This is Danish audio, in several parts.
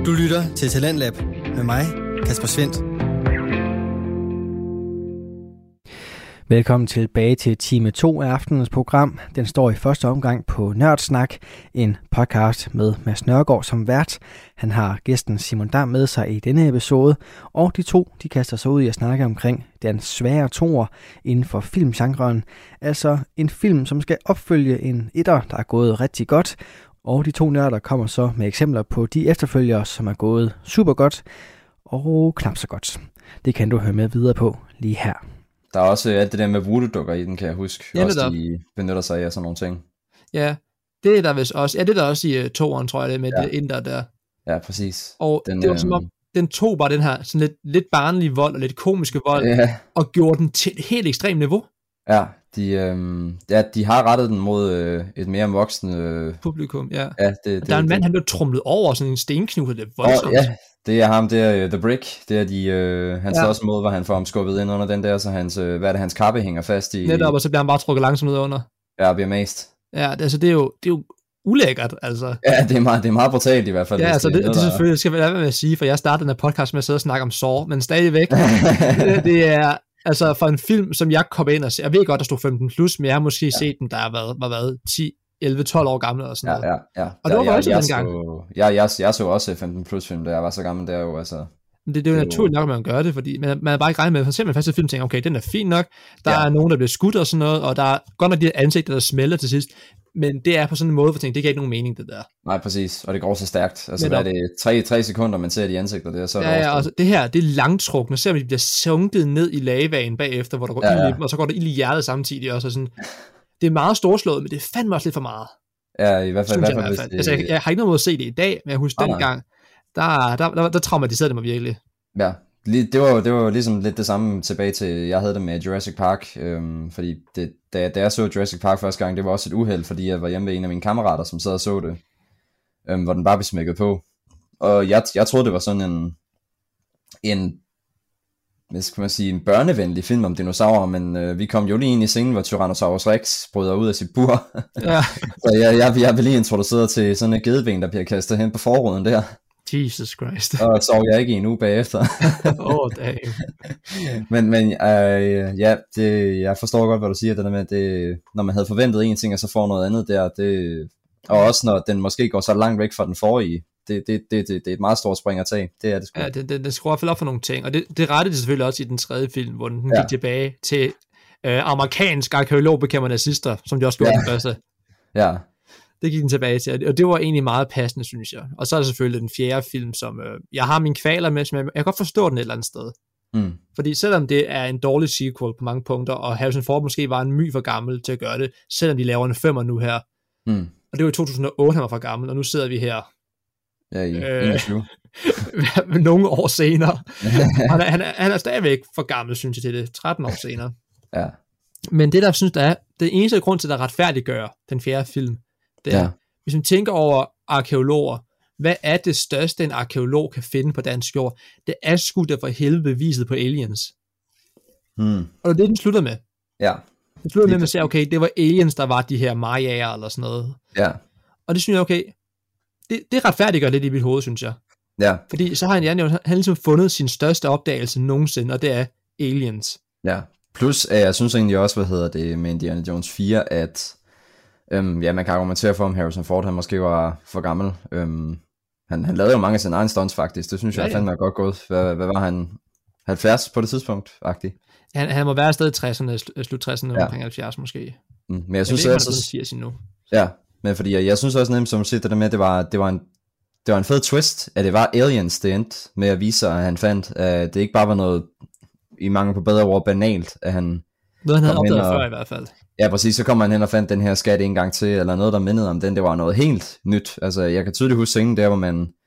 Du lytter til Talentlab med mig, Kasper Svendt. Velkommen tilbage til time 2 af aftenens program. Den står i første omgang på Nørdsnak, en podcast med Mads Nørgaard som vært. Han har gæsten Simon Dam med sig i denne episode, og de to kaster sig ud i at snakke omkring den svære toer inden for filmgenren. Altså en film, som skal opfølge en etter, der er gået rigtig godt, og de to nørder kommer så med eksempler på de efterfølgere, som er gået super godt og knap så godt. Det kan du høre med videre på lige her. Der er også alt det der med voodoo-dukker i den, kan jeg huske. Ja, også de benytter sig af sådan nogle ting. Ja, det er der vist også. Ja, det er der også i toeren, tror jeg, det med det indre der. Ja, præcis. Og det var som om, den tog bare den her sådan lidt barnlige vold og lidt komiske vold, og gjorde den til et helt ekstremt niveau. Ja, de har rettet den mod et mere voksen publikum, ja. Der er en mand, han blev trumlet over sådan en stenknude, det er voldsomt. Ja, det er ham, det er The Brick, det er han står også mod, hvor han får ham skubbet ind under den der, så hans kappe hænger fast i. Netop, og så bliver han bare trukket langsomt ud under. Ja, bliver mast. Ja, altså det er jo ulækkert, altså. Ja, det er meget brutalt i hvert fald. Ja, altså det selvfølgelig skal jeg være med at sige, for jeg startede den her podcast med at sidde og snakke om Saw, men stadigvæk, det er altså for en film, som jeg kom ind og se. Jeg ved godt, der stod 15+, men jeg har måske set den, der var været 10, 11, 12 år gammel eller sådan noget. Ja. Og det var også dengang. Jeg så også 15+ film, da jeg var så gammel der jo, altså. Men det er jo naturligt nok, at man gør det, fordi man er bare ikke regnet med, for eksempel fast film tænker, okay, den er fin nok, der er nogen, der bliver skudt og sådan noget, og der er godt nok de ansigter, der smelter til sidst, men det er på sådan en måde, for tænker, det giver ikke nogen mening, det der. Nej, præcis, og det går så stærkt. Altså, hvad er det? 3 sekunder, man ser de ansigter der, så er det altså, det her, det er langtrukne, ser man, de bliver sunket ned i lavaen bagefter, hvor der går ild i dem, og så går der ild i hjertet samtidig også, og sådan. Det er meget storslået, men det er fandme også lidt for meget. Ja, i hvert fald. Altså, jeg har ikke noget mod at se det i dag, men jeg husker dengang, der traumatiserede det mig virkelig. Ja, det var ligesom lidt det samme tilbage til, jeg havde det med Jurassic Park, fordi da jeg så Jurassic Park første gang, det var også et uheld, fordi jeg var hjemme ved en af mine kammerater, som sad og så det, hvor den bare blev smækket på. Og jeg troede, det var sådan en hvad skal man sige, en børnevenlig film om dinosaurer, men vi kom jo lige ind i scenen, hvor Tyrannosaurus Rex bryder ud af sit bur. Ja. Så jeg blev lige introduceret til sådan et gedeben, der bliver kastet hen på forruden der. Jesus Christ. Og sov jeg ikke i en uge bagefter. Damn. men jeg forstår godt, hvad du siger, det der med, det, når man havde forventet en ting, og så får noget andet der, og også når den måske går så langt væk fra den forrige, det er et meget stort spring at tage. Det er det sgu. Ja, det skruer i hvert fald op for nogle ting, og det rettede det selvfølgelig også i den tredje film, hvor den gik tilbage til amerikansk arkeologbekämpede nazister, som de også gjorde den første. Ja. Det gik den tilbage til, og det var egentlig meget passende, synes jeg. Og så er der selvfølgelig den fjerde film, som jeg har mine kvaler med, som jeg kan godt forstå den et eller andet sted. Fordi selvom det er en dårlig sequel på mange punkter, og Harrison Ford måske var en my for gammel til at gøre det, selvom de laver en 5'er nu her. Og det var i 2008, han var for gammel, og nu sidder vi her. Ja, i 21. Nogle år senere. han er stadigvæk for gammel, synes jeg, til det. 13 år senere. Ja. Men det, der synes, der er det eneste grund til, at retfærdiggør den fjerde film, det er, hvis man tænker over arkeologer, hvad er det største, en arkeolog kan finde på dansk jord? Det er sgu da for helvede beviset på aliens. Og det er det, den slutter med. Ja. Den slutter med at sige, okay, det var aliens, der var de her mayaer eller sådan noget. Ja. Og det synes jeg, okay, det retfærdiggør lidt i mit hoved, synes jeg. Ja. Fordi så har han ligesom fundet sin største opdagelse nogensinde, og det er aliens. Ja. Plus, jeg synes egentlig også, med Indiana Jones 4, at man kan argumentere for, om Harrison Ford, han måske var for gammel. Han lavede jo mange af sine egne stunts, faktisk. Det synes jeg fandme er godt gået. Hvad var han? 70 på det tidspunkt, faktisk? Han må være stadig 60'erne, slut 60'erne, omkring 70 måske. Men jeg synes også... nu. Ja, men fordi jeg synes også nemt, som du siger, det der med, det var en fed twist, at det var aliens, det endte med at vise sig, at han fandt, at det ikke bare var noget, i mangel på bedre ord, banalt, at han... Noget, han havde opdaget før i hvert fald. Ja, præcis, så kom han hen og fandt den her skat en gang til, eller noget, der mindede om den. Det var noget helt nyt. Altså, jeg kan tydeligt huske scenen der, hvor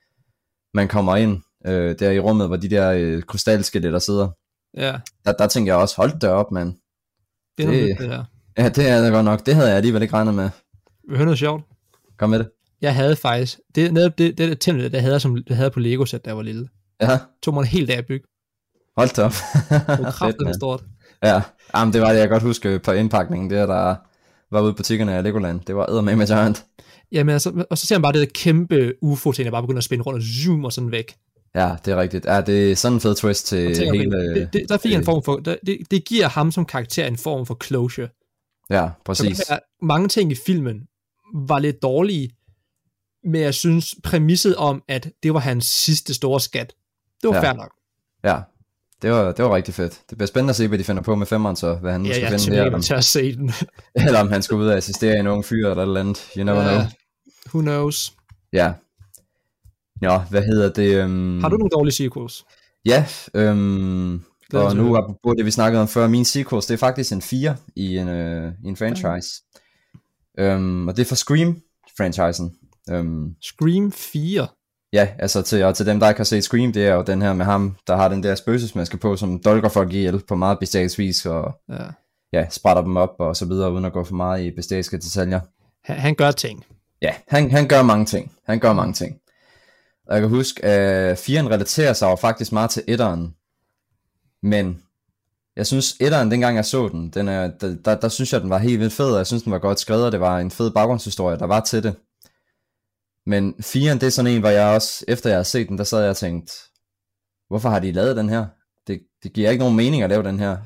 man kommer ind, der i rummet, hvor de der krystalskeletter sidder. Ja. Der tænkte jeg også, hold da op, mand. Det er noget nyt, det der. Ja, det er det godt nok. Det havde jeg alligevel ikke regnet med. Vil du høre noget sjovt? Kom med det. Jeg havde faktisk, det tempel, det havde på Lego-sæt, da jeg var lille. Ja. Tog mig en hel dag at bygge. Hold da op. Det var kraftigt stort. Ja, jamen, det var det, jeg godt husker på indpakningen, der var ude i butikkerne af Legoland. Det var eddermame giant. Jamen altså, og så ser man bare det der kæmpe UFO-ting, der bare begynder at spinde rundt og zoom og sådan væk. Ja, det er rigtigt. Ja, det er sådan en fed twist til hele... Der fik en form for... Det giver ham som karakter en form for closure. Ja, præcis. Så mange ting i filmen var lidt dårlige, men jeg synes præmisset om, at det var hans sidste store skat, det var fair nok. Ja, det var rigtig fedt. Det bliver spændende at se, hvad de finder på med 5'eren så, hvad han skal finde her. Ja, jeg se den. Eller om han skal ud og assistere en ung fyr eller et eller andet. You never know. Who knows? Ja. Nå, hvad hedder det? Har du nogle dårlige sequels? Ja, og nu apropos det, vi snakkede om før, min sequels, det er faktisk en 4 i en franchise. Og det er for Scream-franchisen. Scream 4? Ja, altså til dem, der ikke har set Scream, det er jo den her med ham, der har den der spøgelsesmaske på, som dolker folk ihjel på meget bestialsk vis, og sprætter dem op og så videre, uden at gå for meget i bestialske detaljer. Han gør ting. Ja, han gør mange ting. Og jeg kan huske, at 4'eren relaterer sig jo faktisk meget til 1'eren, men jeg synes 1'eren, dengang jeg så den, der synes jeg, den var helt vildt fed, og jeg synes, den var godt skrevet, og det var en fed baggrundshistorie, der var til det. Men 4'eren, det er sådan en, hvor jeg også, efter jeg har set den, der sad jeg og tænkt, hvorfor har de lavet den her? Det giver ikke nogen mening at lave den her.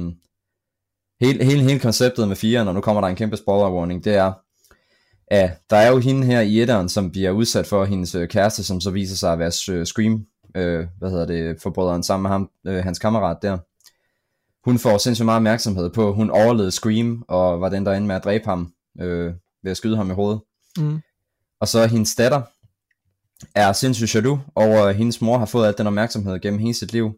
Hele konceptet med 4'eren, og nu kommer der en kæmpe spoiler warning, det er, at der er jo hende her i 1'eren, som bliver udsat for hendes kæreste, som så viser sig at være Scream, forbryderen sammen med ham, hans kammerat der. Hun får sindssygt meget opmærksomhed på, hun overlevede Scream, og var den, der endte med at dræbe ham, ved at skyde ham i hovedet. Og så hendes datter er sindssygt jaloux over, at hendes mor har fået al den opmærksomhed gennem hele sit liv.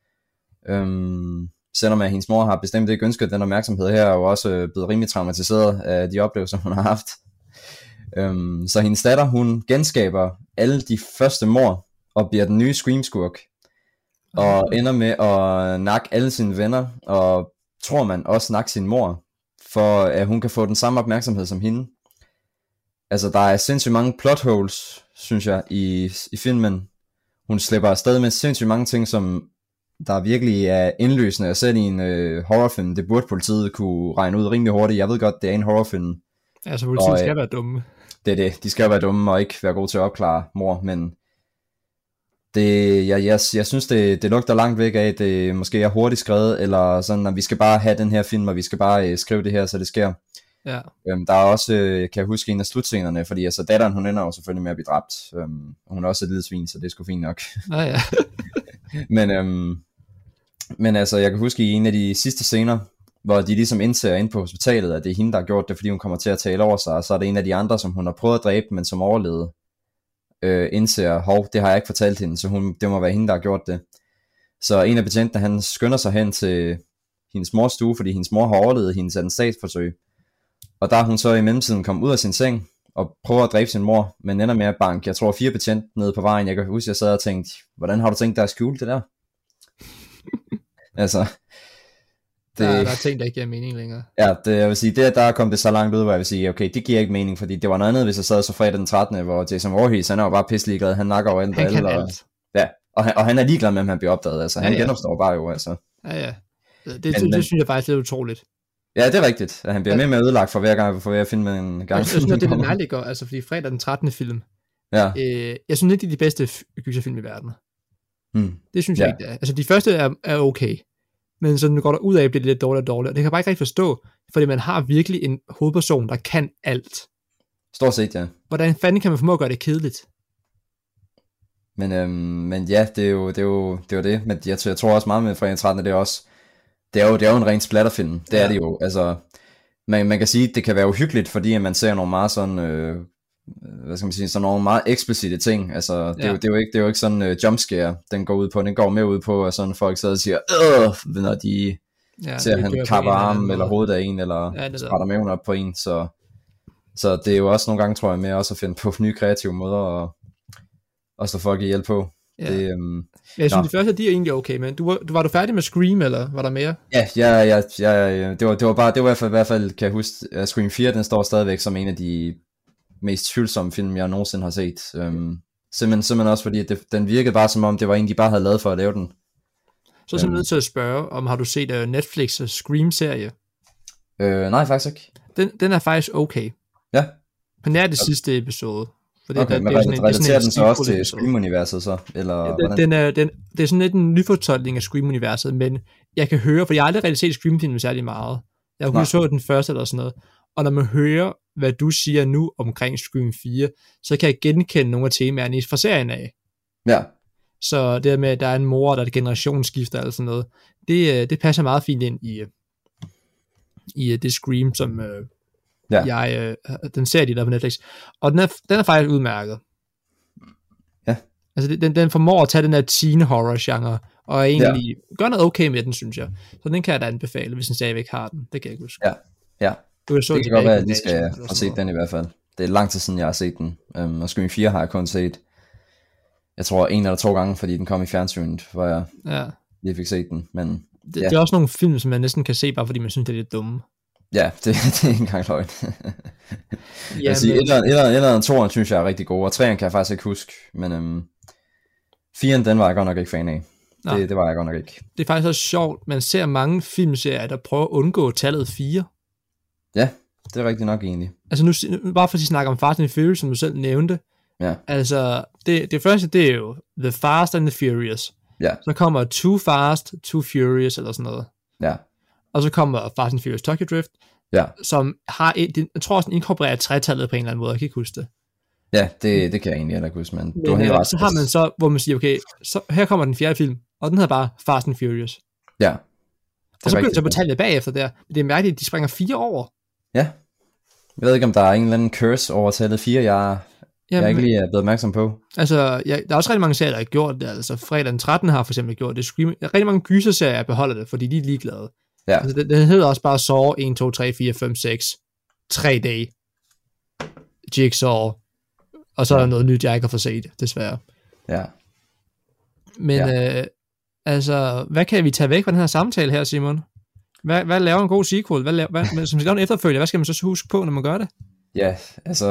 Selvom at hendes mor har bestemt ikke ønsket den opmærksomhed her, og også blevet rimelig traumatiseret af de oplevelser, hun har haft. Så hendes datter, hun genskaber alle de første mord, og bliver den nye Scream-skurk. Og ender med at nakke alle sine venner, og tror man også nakke sin mor, for at hun kan få den samme opmærksomhed som hende. Altså der er sindssygt mange plot holes, synes jeg, i filmen. Hun slipper afsted med sindssygt mange ting, som der virkelig er indløsende. Og selv i en horrorfilm, det burde politiet kunne regne ud rimelig hurtigt. Jeg ved godt, det er en horrorfilm. Altså politiet skal være dumme. Det er det, de skal være dumme og ikke være gode til at opklare mord, men jeg synes det lugter langt væk af, det måske er hurtigt skrevet, eller sådan, at vi skal bare have den her film, og vi skal bare skrive det her, så det sker. Ja. Der er også, kan jeg huske, en af slutscenerne, fordi altså datteren, hun ender jo selvfølgelig med at blive dræbt. Hun er også et lille svin, så det er sgu fint nok. Ja. men altså, jeg kan huske i en af de sidste scener, hvor de ligesom indser ind på hospitalet, at det er hende, der har gjort det, fordi hun kommer til at tale over sig, og så er det en af de andre, som hun har prøvet at dræbe, men som overlevede, indser, hov, det har jeg ikke fortalt hende, så det må være hende, der har gjort det. Så en af betjentene, han skynder sig hen til hendes mors stue, fordi hendes mor har overlevet hendes attentatforsøg. Og der er hun så i mellemtiden kommet ud af sin seng, og prøver at dræbe sin mor, men ender med at banke, jeg tror 4 betjente nede på vejen. Jeg kan huske, jeg sad og tænkte, hvordan har du tænkt dig at skjule det der? Altså... Der er ting, der ikke giver mening længere. Ja, jeg vil sige, der kom det så langt ud, hvor jeg vil sige, okay, det giver ikke mening, fordi det var noget andet, hvis jeg sad så fredag den 13., hvor Jason Voorhees, han er jo bare pisselig glad, han nakker over alt. Han kan alt. Ja, og han er ligeglad med, om han bliver opdaget, altså, han genopstår bare jo, altså. Ja. Det synes jeg faktisk er utroligt. Ja, det er rigtigt, at han bliver med ødelagt for hver gang, for hver film med en gang. Jeg synes, det er nærliggør, altså, fordi fredag den 13. film, ja. Jeg synes ikke, det er de bedste gyserfilm i verden. Det synes jeg ikke, det er. Altså, de første er okay. Men så når går der ud af, bliver det lidt dårligere og dårligere. Det kan jeg bare ikke rigtig forstå, fordi man har virkelig en hovedperson, der kan alt. Stort set, ja. Hvordan fanden kan man formå at gøre det kedeligt? Men ja, det er jo det. Men jeg tror også meget med fredag 13. Det er jo en ren splatterfilm. Det er det jo. Altså, man kan sige, at det kan være uhyggeligt, fordi man ser nogle meget sådan... hvad skal man sige, sådan nogle meget eksplicite ting. Altså, det er jo ikke sådan jumpscare, den går ud på. Den går mere ud på, at sådan folk sidder og siger, når de ser, han kapper armen eller hovedet af en, eller sprætter maven op på en. Så det er jo også nogle gange, tror jeg, med også at finde på nye kreative måder og slå folk ihjel på. Ja. Jeg synes, de første, de er egentlig okay, men var du færdig med Scream, eller var der mere? Ja, det var i hvert fald, kan jeg huske, at Scream 4, den står stadigvæk som en af de mest tvivlsomme film, jeg nogensinde har set. Simpelthen også fordi, at den virkede bare som om, det var en, de bare havde lavet for at lave den. Så er jeg nødt til at spørge, om har du set Netflix Scream-serie? Nej, faktisk ikke. den er faktisk okay. Ja. På nær det sidste episode. For det, okay, men relaterer den så også til Scream-universet så? Eller det er sådan lidt en nyfortolkning af Scream-universet, men jeg kan høre, for jeg har aldrig rigtig set Scream-filmen særlig meget. Jeg kunne så den første eller sådan noget. Og når man hører, hvad du siger nu omkring Scream 4, så kan jeg genkende nogle af temaerne fra serien af. Ja. Så det med, at der er en mor, der er et generationsskifter eller sådan noget, det passer meget fint ind i det Scream, som den serie, de der på Netflix. Og den er faktisk udmærket. Ja. Altså den formår at tage den der teen horror genre, og egentlig gør noget okay med den, synes jeg. Så den kan jeg da anbefale, hvis den stadigvæk har den. Det kan jeg ikke huske. Ja. Det kan godt være, at jeg skal have set den i hvert fald. Det er lang tid siden, jeg har set den. Og Scream 4 har jeg kun set, jeg tror 1 eller 2 gange, fordi den kom i fjernsynet, hvor jeg lige fik set den. Men, det er også nogle film, som man næsten kan se, bare fordi man synes, det er lidt dumme. Ja, det er ikke engang løgn. Jeg vil sige, 1'eren og 2'eren synes jeg er rigtig gode, og 3'eren kan jeg faktisk ikke huske, men 4'eren, den var jeg godt nok ikke fan af. Det var jeg godt nok ikke. Det er faktisk også sjovt, man ser mange filmserier, der prøver at undgå tallet 4. Ja, det er rigtigt nok egentlig. Altså nu bare for at snakke om Fast and Furious, som du selv nævnte. Ja. Altså, det første, det er jo The Fast and the Furious. Ja. Så kommer Too Fast, Too Furious, eller sådan noget. Ja. Og så kommer Fast and Furious Tokyo Drift, som har jeg tror også, den inkorporerer 3-tallet på en eller anden måde, jeg kan ikke huske det. Ja, det kan jeg egentlig heller ikke huske, men så har man så, hvor man siger, okay, så her kommer den 4. film, og den hedder bare Fast and Furious. Ja. Og så begynder jeg så på tallet bagefter der, men det er mærkeligt, at de springer 4 over. Ja. Jeg ved ikke, om der er en eller anden curse over tallet 4, jeg ikke lige er blevet opmærksom på. Altså, der er også rigtig mange serier, der har gjort det. Altså, fredag den 13. har for eksempel gjort det. Rigtig mange gyser-serier beholder det, fordi de er ligeglade. Ja. Altså, det hedder også bare Saw 1, 2, 3, 4, 5, 6, 3D, Jigsaw, og så er der noget nyt, jeg ikke har fået set, desværre. Ja. Men altså, hvad kan vi tage væk fra den her samtale her, Simon? Hvad laver en god sequel? Som skal lave en efterfølger, hvad skal man så huske på, når man gør det? Ja, altså...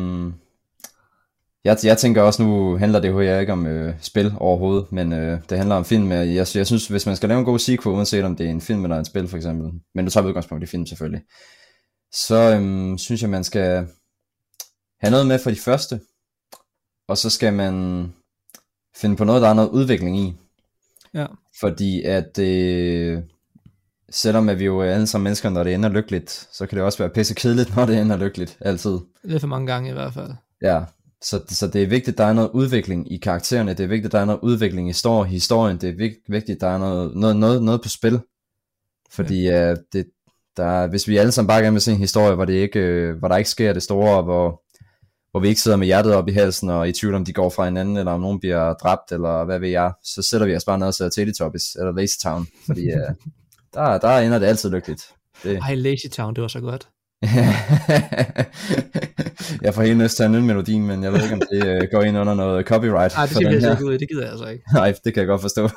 Jeg tænker også, nu handler det jo ikke om spil overhovedet, men det handler om film. Jeg synes, hvis man skal lave en god sequel, uanset om det er en film eller en spil for eksempel, men du tager udgangspunkt i film selvfølgelig, så synes jeg, man skal have noget med for de første, og så skal man finde på noget, der er noget udvikling i. Ja. Fordi at selvom at vi jo er alle sammen mennesker, når det ender lykkeligt, så kan det også være pisse kedeligt, når det ender lykkeligt, altid. Lidt for mange gange i hvert fald. Ja. Så det er vigtigt, at der er noget udvikling i karaktererne, det er vigtigt, at der er noget udvikling i historien, det er vigtigt, at der er noget på spil. Fordi hvis vi alle sammen bare gerne vil se en historie, hvor der ikke sker det store, hvor vi ikke sidder med hjertet op i halsen, og i tvivl om de går fra hinanden, eller om nogen bliver dræbt, eller hvad ved jeg, så sætter vi os bare ned og ser Teletubbies, eller Lazy Town, fordi der ender det altid lykkeligt. Ej, Lazy Town, det var så godt. Jeg får helt lyst til at nynne melodien, men jeg ved ikke, om det går ind under noget copyright. Nej, det skal vi altså ikke ud i, det gider jeg altså ikke. Nej, det kan jeg godt forstå.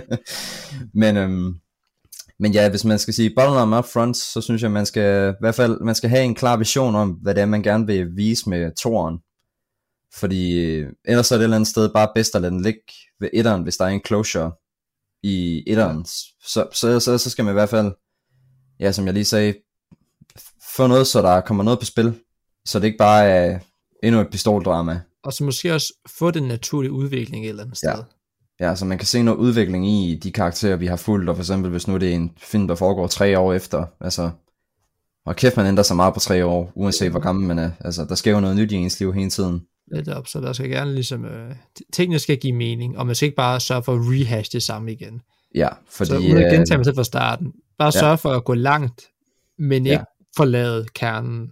Men ja, hvis man skal sige bottom up front, så synes jeg, man skal i hvert fald have en klar vision om, hvad det er, man gerne vil vise med toeren. Fordi ellers er det et eller andet sted bare bedst at lade den ligge ved etteren, hvis der er en closure i etteren. Så skal man i hvert fald, ja, som jeg lige sagde, få noget, så der kommer noget på spil, så det ikke bare er endnu et pistoldrama. Og så måske også få den naturlige udvikling et eller andet sted. Ja, så man kan se noget udvikling i de karakterer, vi har fulgt, og for eksempel hvis nu det er en film, der foregår 3 år efter, altså, og kæft, man ændrer sig meget på 3 år, uanset hvor gammel man er, altså, der sker jo noget nyt i ens liv hele tiden. Lidt op, så der skal gerne ligesom, tingene skal give mening, og man skal ikke bare sørge for at rehash det samme igen. Ja, fordi... Så uden at gentage mig selv fra starten, bare sørge for at gå langt, men ikke forlade kernen.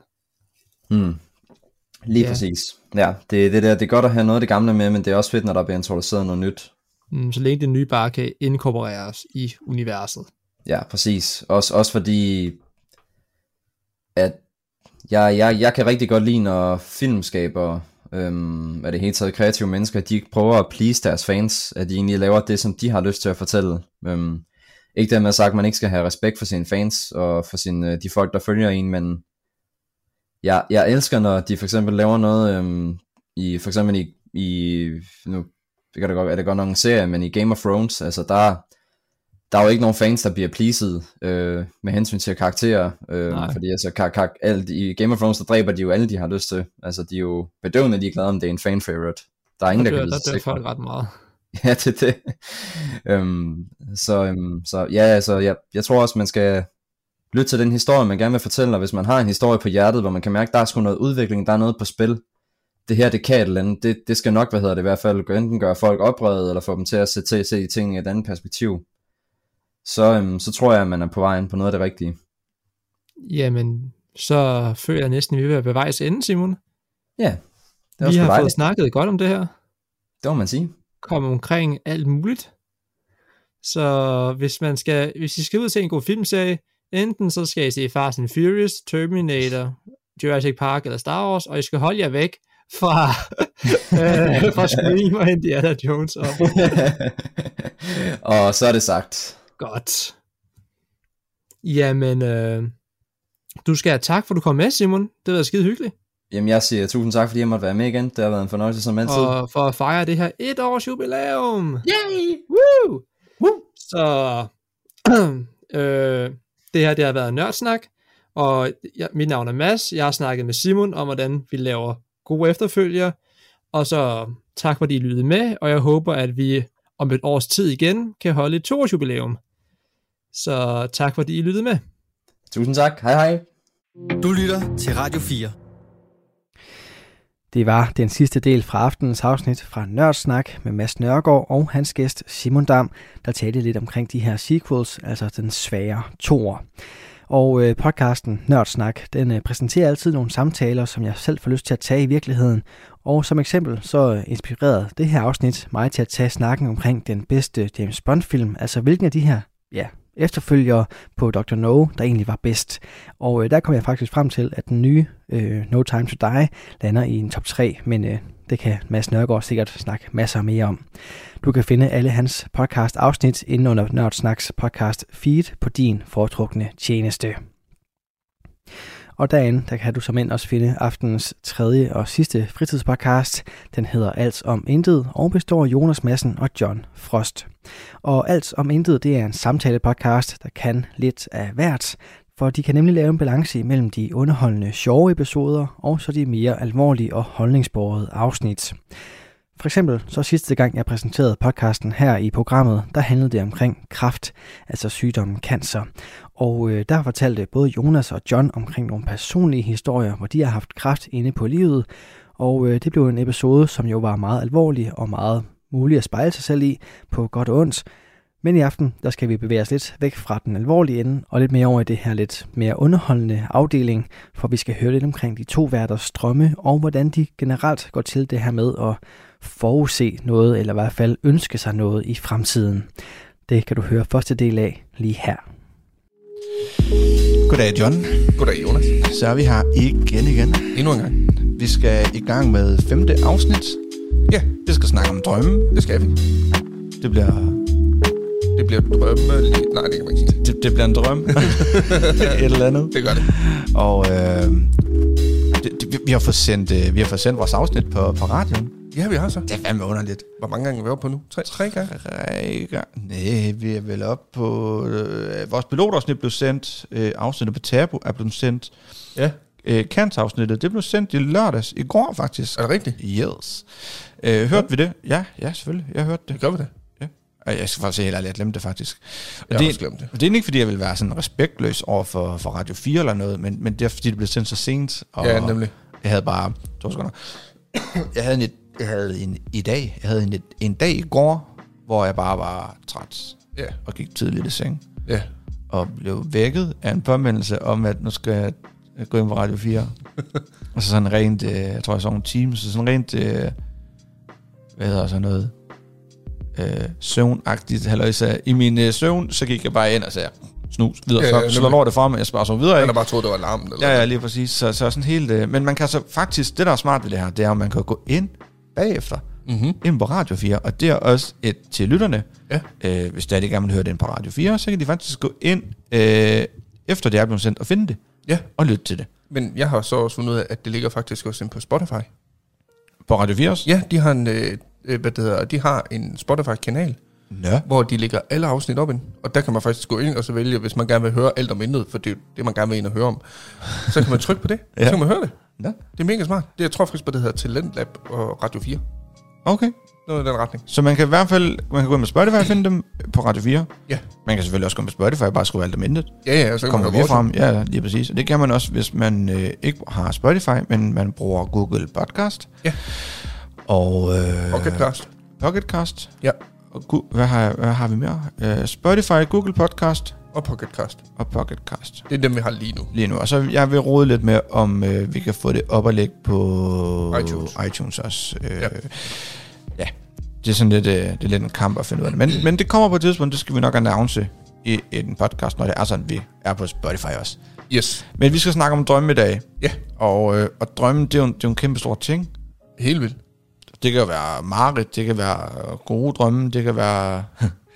Lige præcis. Ja, det er godt at have noget af det gamle med, men det er også fedt, når der bliver introduceret noget nyt. Så længe det nye bare kan inkorporeres i universet. Ja, præcis. Også fordi, at jeg kan rigtig godt lide, når filmskabere, er det hele taget kreative mennesker, de prøver at please deres fans, at de egentlig laver det, som de har lyst til at fortælle. Ikke dermed sagt, at man ikke skal have respekt for sine fans, og for de folk, der følger en, men jeg elsker, når de for eksempel laver noget, for eksempel i nu er det godt nok en serie, men i Game of Thrones, altså der er jo ikke nogen fans, der bliver pleased med hensyn til karakterer, fordi altså alt, i Game of Thrones, der dræber de jo alle, de har lyst til. Altså, de er jo bedøvende ligeglade, om det er en fan favorite. Der er ingen, der kan vide sig. Der folk ret meget. Ja, det er det. Så ja, altså, jeg tror også, man skal lytte til den historie, man gerne vil fortælle, og hvis man har en historie på hjertet, hvor man kan mærke, der er sgu noget udvikling, der er noget på spil, det her, det kan et eller andet, det skal nok, i hvert fald, enten gøre folk oprørede, eller få dem til at se tingene i et andet perspektiv, så tror jeg, at man er på vej ind på noget af det rigtige. Jamen, så føler jeg næsten, at vi er ved at bevejs ende, Simon. Ja, det vi har fået snakket godt om det her. Det må man sige. Komme omkring alt muligt. Så hvis I skal ud og se en god filmserie, enten så skal I se Fast and Furious, Terminator, Jurassic Park eller Star Wars, og I skal holde jer væk fra Scream og Indiana Jones. Og så er det sagt. Godt. Jamen, du skal have tak, for du kom med, Simon. Det har været skide hyggeligt. Jamen, jeg siger tusind tak, fordi jeg måtte være med igen. Det har været en fornøjelse som altid. Og for at fejre det her 1-års jubilæum. Yay! Woo! Woo! Så det her, det har været Nørdsnak. Og mit navn er Mads. Jeg har snakket med Simon om, hvordan vi laver gode efterfølger. Og så tak, fordi I lyttede med. Og jeg håber, at vi om et års tid igen kan holde et 2-års jubilæum. Så tak, fordi I lyttede med. Tusind tak. Hej hej. Du lytter til Radio 4. Det var den sidste del fra aftenens afsnit fra Nørdsnak med Mads Nørgaard og hans gæst Simon Dam, der talte lidt omkring de her sequels, altså den svære toer. Og podcasten Nørdsnak, den præsenterer altid nogle samtaler, som jeg selv får lyst til at tage i virkeligheden. Og som eksempel så inspirerede det her afsnit mig til at tage snakken omkring den bedste James Bond-film, altså hvilken af de her efterfølgere på Dr. No, der egentlig var bedst. Og der kom jeg faktisk frem til, at den nye No Time to Die lander i en top 3, men det kan Mads Nørgaard sikkert snakke masser mere om. Du kan finde alle hans podcast-afsnit inde under Nørdsnaks podcast feed på din foretrukne tjeneste. Og derinde, der kan du som også finde aftenens tredje og sidste fritidspodcast. Den hedder Alt om Intet og består af Jonas Madsen og John Frost. Og Alt om Intet, det er en samtale-podcast, der kan lidt af hvert, for de kan nemlig lave en balance imellem de underholdende, sjove episoder og så de mere alvorlige og holdningsbårede afsnit. For eksempel så sidste gang jeg præsenterede podcasten her i programmet, der handlede det omkring kræft, altså sygdommen cancer. Og der fortalte både Jonas og John omkring nogle personlige historier, hvor de har haft kræft inde på livet. Og det blev en episode, som jo var meget alvorlig og meget mulig at spejle sig selv i på godt og ondt. Men i aften, der skal vi bevæge os lidt væk fra den alvorlige ende og lidt mere over i det her lidt mere underholdende afdeling, for vi skal høre lidt omkring de to værters drømme og hvordan de generelt går til det her med at forudse noget, eller i hvert fald ønske sig noget i fremtiden. Det kan du høre første del af lige her. Goddag John. Goddag Jonas. Så er vi her igen. Endnu en gang. Vi skal i gang med 5. afsnit. Ja. Det skal snakke om drømme. Det skal vi. Det bliver drømme. Nej, det kan man ikke sige. Det bliver en drøm. Et eller andet. Det gør det. Og vi har fået sendt vores afsnit på radioen. Ja, vi har så. Det er fandme underligt. Hvor mange gange er vi oppe på nu? 3 gange? 3 gange. Nej, vi er vel oppe på... vores pilotafsnit blev sendt. Afsnittet på Tabu er blevet sendt. Ja. Kant-afsnittet, det blev sendt i lørdags. I går faktisk. Er det rigtigt? Yes. Hørte vi det? Ja, selvfølgelig. Jeg hørte det. Det gør vi det. Jeg skal faktisk helt ærligt, jeg glemte det faktisk. Jeg har også glemt det. Det er ikke fordi, jeg vil være sådan respektløs over for Radio 4 eller noget, men det er fordi, det blev sendt så sent. Og ja, nemlig. Jeg havde bare... 2 sekunder. Jeg havde en dag i går, hvor jeg bare var træt. Ja. Og gik tidligt i seng. Ja. Og blev vækket af en påmindelse om, at nu skal jeg gå ind på Radio 4. Og så sådan rent... jeg tror, jeg så nogle timer, så sådan rent... hvad hedder sådan noget... søvnagtigt halløjsa. I min søvn, så gik jeg bare ind og sagde, snus, videre, så slår lortet fra mig, jeg bare så videre. Jeg bare troede, det var alarmen. Eller ja, lige præcis. Så sådan helt... men man kan så faktisk, det der er smart ved det her, det er, at man kan gå ind bagefter, ind på Radio 4, og det er også til lytterne. Ja. Hvis de gerne vil høre det på Radio 4, så kan de faktisk gå ind, efter det er blevet sendt, og finde det. Ja. Og lytte til det. Men jeg har så også fundet ud af, at det ligger faktisk også inde på Spotify. På Radio 4 også? Ja, de har en... de har en Spotify-kanal. hvor de lægger alle afsnit op ind. Og der kan man faktisk gå ind og så vælge, hvis man gerne vil høre alt om intet, for det er det, man gerne vil ind og høre om. Så kan man trykke på det, så kan man høre det. Ja. Det er mega smart. Jeg tror faktisk på, det hedder Talentlab og Radio 4. Okay. Noget i den retning. Så man kan i hvert fald gå ind med Spotify og finde dem på Radio 4. Ja. Man kan selvfølgelig også gå med Spotify og bare skrive alt om intet. Ja, så kommer vi frem. Ja, lige præcis. Og det kan man også, hvis man ikke har Spotify, men man bruger Google Podcast. Ja. Og Pocketcast. Ja. Og hvad har vi mere? Spotify, Google Podcast og Pocketcast. Det er dem, vi har lige nu. Og så jeg vil rode lidt med, om vi kan få det op og lægge på iTunes også. Ja. Det er sådan lidt, det er lidt en kamp at finde ud af det. Men det kommer på et tidspunkt, det skal vi nok announce i en podcast, når det er sådan, vi er på Spotify også. Yes. Men vi skal snakke om drømme i dag. Ja. Og drømme, det er jo en kæmpe stor ting. Helt vildt. Det kan jo være mareridt, det kan være gode drømme, det kan være...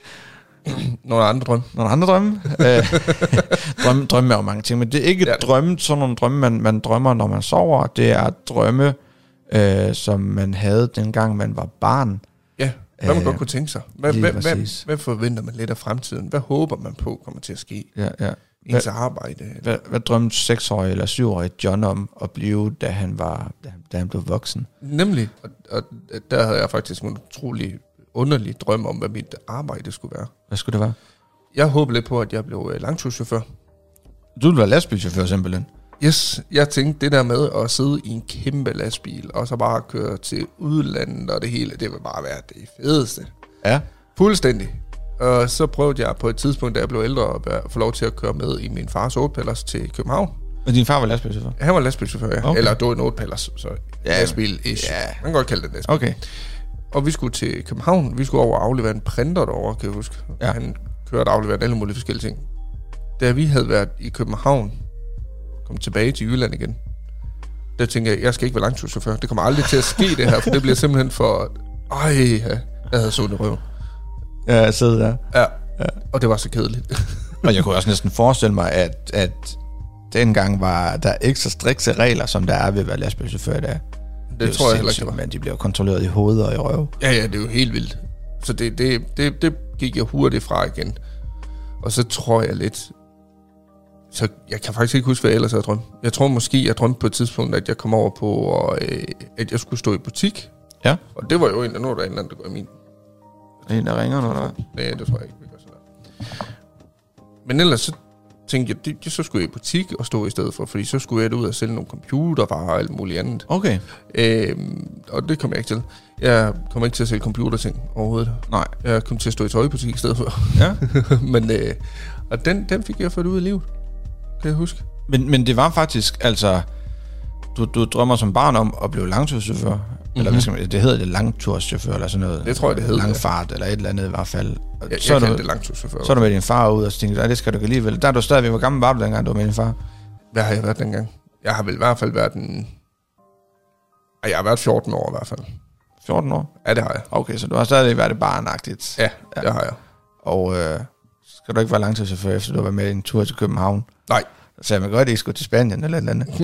Nogle andre drømme. Drømme er jo mange ting, men det er ikke drømme, sådan nogle drømme, man drømmer, når man sover. Det er drømme, som man havde, dengang man var barn. Ja, hvad man godt kunne tænke sig. Hvad forventer man lidt af fremtiden? Hvad håber man på kommer til at ske? Ja. Ens arbejde. Hvad drømte 6-årig eller 7-årig John om at blive, da han blev voksen? Nemlig, og der havde jeg faktisk en utrolig underlig drøm om, hvad mit arbejde skulle være. Hvad skulle det være? Jeg håber lidt på, at jeg blev langturschauffør. Du ville være lastbilchauffør simpelthen? Yes, jeg tænkte det der med at sidde i en kæmpe lastbil, og så bare køre til udlandet og det hele, det vil bare være det fedeste. Ja. Fuldstændig. Og så prøvede jeg på et tidspunkt, da jeg blev ældre, at få lov til at køre med i min fars 8-pallers til København. Og din far var lastbilchauffør? Han var lastbilchauffør, ja. Okay. Eller det var en 8-pallers, så lastbil-ish. Ja. Man kan godt kalde det lastbil. Okay. Og vi skulle til København. Vi skulle over og aflevere en printer derovre, kan jeg huske. Ja. Han kørte og afleverede alle mulige forskellige ting. Da vi havde været i København, kom tilbage til Jylland igen, der tænkte jeg skal ikke være langturschauffør. Det kommer aldrig til at ske det her, for det bliver simpelthen for... jeg havde sundt i røven. Ja, jeg sidder der. Ja, og det var så kedeligt. Og jeg kunne også næsten forestille mig, at dengang var der ikke så strikse regler, som der er ved at være lastbilchauffør i dag. Det tror jeg heller ikke, det var. Men de bliver kontrolleret i hovedet og i røv. Ja, det er jo helt vildt. Så det gik jeg hurtigt fra igen. Og så tror jeg lidt... Så jeg kan faktisk ikke huske, hvad jeg ellers havde drømt. Jeg tror måske, jeg drømte på et tidspunkt, at jeg kom over på, at jeg skulle stå i butik. Ja. Og det var jo der er en der går i min. En, der ringer nu, eller? Nej, det tror jeg ikke, vi gør sådan der. Men ellers så tænkte jeg, så skulle jeg i butik og stå i stedet for, fordi så skulle jeg ud og sælge nogle computervarer og alt muligt andet. Okay. Og det kom jeg ikke til. Jeg kom ikke til at sælge computerting overhovedet. Nej. Jeg kom til at stå i tøjbutik i stedet for. Ja. Men, og den fik jeg ført ud i livet, kan jeg huske. Men det var faktisk, altså, du drømmer som barn om at blive langturschauffør. Mm-hmm. Eller hvad skal man, det hedder det langturschauffør eller sådan noget. Det tror jeg, det hedder. Langfart eller et eller andet i hvert fald. Jeg kaldte det langturschauffør. Så er du med din far ud og så tænkte, det skal du alligevel. Der er du stadigvæk, hvor gammel var du dengang, du var med din far? Hvad har jeg været dengang? Jeg har vel i hvert fald været jeg har været 14 år i hvert fald. 14 år? Ja, det har jeg. Okay, så du har stadig været det barnagtigt. Ja, det har jeg. Og skal du ikke være langturschauffør, efter du var med i en tur til København? Nej. Så man godt ikke skulle til Spanien eller et eller andet.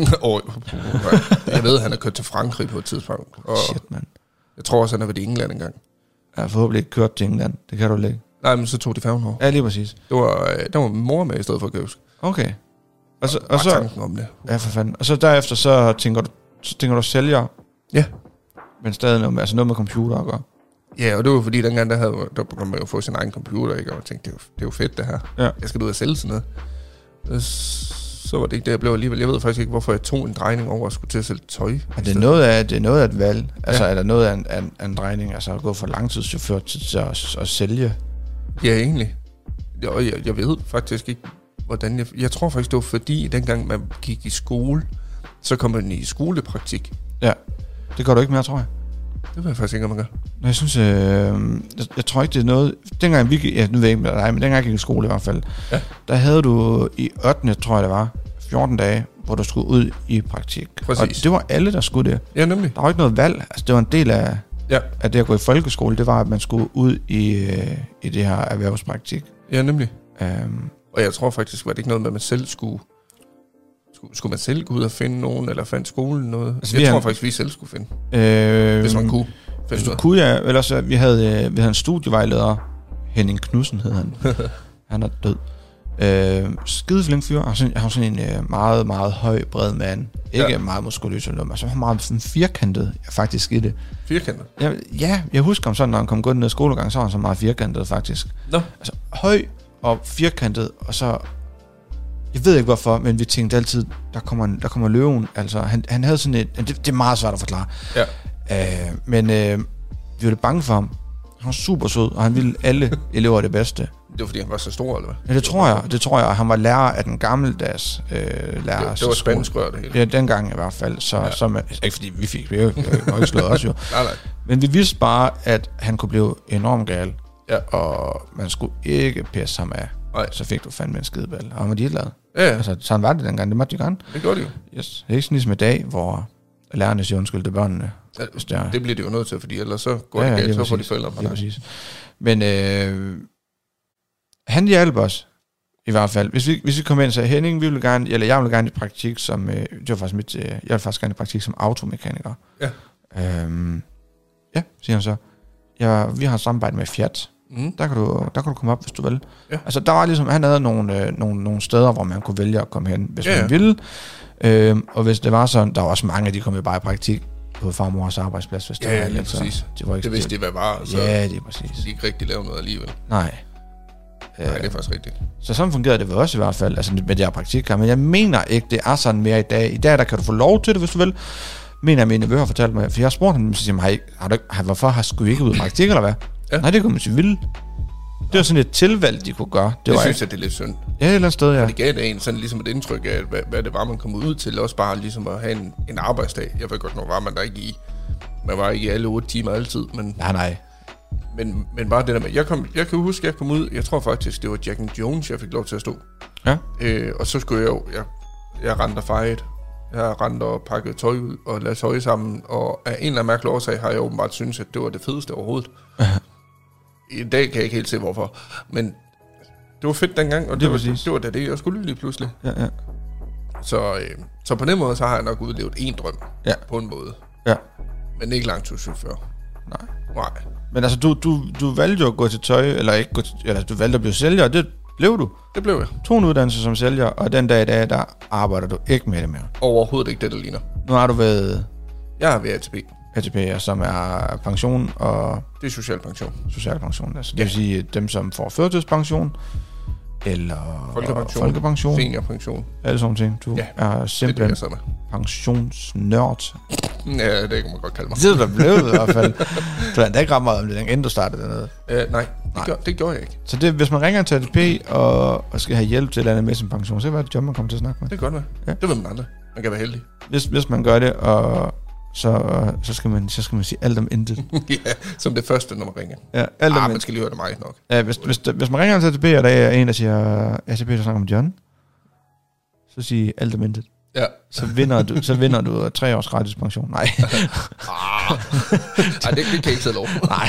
Jeg ved, han har kørt til Frankrig på et tidspunkt. Og shit, mand. Jeg tror også, han har været i England engang. Jeg har forhåbentlig ikke kørt til England. Det kan du ikke. Nej, men så tog de færgen over. Ja, lige præcis. Der var min mor med i stedet for, kan jeg huske. Okay. Og så tanken om det. Ja, for fanden. Og så derefter, så tænker du sælger. Ja. Men stadig noget med computer at gøre. Ja, og det var fordi dengang, der kunne man jo få sin egen computer, ikke? Og jeg tænkte, det er jo fedt det her. Ja. Jeg skal ud og sælge sådan noget. Så var det ikke det, jeg blev alligevel. Jeg ved faktisk ikke, hvorfor jeg tog en drejning over og skulle til at sælge tøj. Er det noget af et valg? Altså, er der noget af en drejning? Altså, at gå fra langtidschauffør til at sælge? Ja, egentlig. Jeg ved faktisk ikke, hvordan jeg tror faktisk, det var fordi, dengang man gik i skole, så kom man i skolepraktik. Ja, det gør du ikke mere, tror jeg. Det ved jeg faktisk ikke, om man gør. Jeg synes, jeg tror ikke, det er noget... Dengang vi gik... nu ved jeg ikke med dig, men dengang jeg gik i skole i hvert fald, der havde du i 8. tror jeg det var, 14 dage, hvor du skulle ud i praktik. Præcis. Og det var alle, der skulle det. Ja, nemlig. Der var ikke noget valg. Altså, det var en del af det at gå i folkeskole, det var, at man skulle ud i det her erhvervspraktik. Ja, nemlig. Og jeg tror faktisk, var det ikke noget med, at man selv skulle man selv gå ud og finde nogen, eller fandt skolen noget? Altså, jeg tror faktisk, vi selv skulle finde. Hvis man kunne. Hvis du kunne, ja. Ellers vi havde en studievejleder Henning Knudsen hed han. Han er død. Skideflink fyr. Han har sådan en meget, meget høj, bred mand. Ikke meget muskuløs eller noget, men så var meget sådan firkantet faktisk i det. Firkantet? Ja, jeg husker ham sådan, når han kom gået ned i skolegang, så var han så meget firkantet faktisk. Nå. Altså høj og firkantet, og så... Jeg ved ikke hvorfor, men vi tænkte altid, der kommer løven. Altså, han havde sådan et... Det er meget svært at forklare. Ja. Men vi var lidt bange for ham. Han var super sød, og han ville alle elever det bedste. Det var fordi, han var så stor, eller hvad? Ja, det tror jeg. Han var lærer af den gammeldags lærer. Det var spændisk rør, det hele. Ja, dengang i hvert fald. Så man, ikke fordi vi fik jo ikke slået os jo. Nej. Men vi vidste bare, at han kunne blive enormt gal. Ja. Og man skulle ikke pisse ham af. Nej. Så fik du fandme en skideball. Og han var ligeglad. Ja. Altså, sådan var det dengang. Det måtte de gerne. Det gjorde de jo. Yes. Det er ikke sådan ligesom i dag, hvor lærerne siger undskyld til børnene. Ja, det bliver det jo nødt til, fordi ellers så går det galt, så får de forældre på dig. Præcis. Men han hjalp os, i hvert fald. Hvis vi kommer ind og siger, Henning, jeg vil gerne i praktik som, det var faktisk jeg vil faktisk gerne i praktik som automekaniker. Ja. Ja, siger han så. Vi har samarbejdet med Fiat. Der kan du komme op, hvis du vil. Ja. Altså, der var ligesom, han havde nogle steder, hvor man kunne vælge at komme hen, hvis man ville. Og hvis det var sådan, der var også mange af de kom jo bare i praktik på farmors arbejdsplads, hvis det var lidt, præcis. Det vidste de, hvad var, så ja, det er præcis. de ikke rigtig lave noget alligevel. Nej, det er faktisk rigtigt. Så sådan fungerede det også i hvert fald, altså med det her praktikkamp. Men jeg mener ikke, det er sådan mere i dag. I dag, der kan du få lov til det, hvis du vil. Mener jeg, mine nevøer fortalte mig, for jeg spurgte ham, så siger hvorfor skulle I ikke ud i praktik, eller hvad? Ja. Nej, det kunne man sige ville. Det var sådan et tilvalg, de kunne gøre. Det synes jeg, det er lidt synd. Ja, et eller andet sted, ja. For det gav det en sådan ligesom et indtryk af, hvad det var, man kom ud til. Også bare ligesom at have en arbejdsdag. Jeg ved godt, når var man der ikke i... Man var ikke i alle 8 timer altid, men... Nej. Men bare det der med... Jeg kan huske, jeg kom ud... Jeg tror faktisk, det var Jack and Jones, jeg fik lov til at stå. Ja. Og så skulle jeg jo... Jeg rendte og fejede. Jeg rendte og pakkede tøj ud og lagde tøj sammen. Og af en eller anden mærkelig årsag har jeg åbenbart syntes, at det var det fedeste overhovedet. I dag kan jeg ikke helt se, hvorfor. Men det var fedt dengang, og det var da det, jeg skulle lige pludselig. Ja. Så på den måde, så har jeg nok udlevet en drøm. Ja. På en måde. Ja. Men ikke langturschauffør. Nej. Men altså, du valgte jo at gå til tøj, eller du valgte at blive sælger, og det blev du. Det blev jeg. Tog en uddannelse som sælger, og den dag i dag, der arbejder du ikke med det mere. Overhovedet ikke det, der ligner. Nu har du været... Jeg er ved ATP. ATP, som er pension og... Det er social pension. Social pension, altså. Det vil sige dem, som får førtidspension, eller folkepension, seniorpension. Alle sådan ting. Du er simpelthen pensionsnørd. Ja, det kan man godt kalde mig. Det er der blevet i hvert fald. Du har ikke ret meget om det, inden du startede dernede. Nej. Det gjorde jeg ikke. Så det, hvis man ringer til ATP og skal have hjælp til et eller andet med sin pension, så er det job, man kommer til at snakke med. Det kan godt være. Ja. Det ved man aldrig. Man kan være heldig. Hvis man gør det, og så skal man sige alt om intet. Ja, som det første, når man ringer. Ja, alt om man skal lige høre det mig nok. Ja, hvis man ringer til ATP, og der er en, der siger, ATP, der snakker om John, så siger alt om intet. Ja. Så vinder du 3 års gratis pension. Nej. Nej, det kan jeg ikke sætte lov. Nej.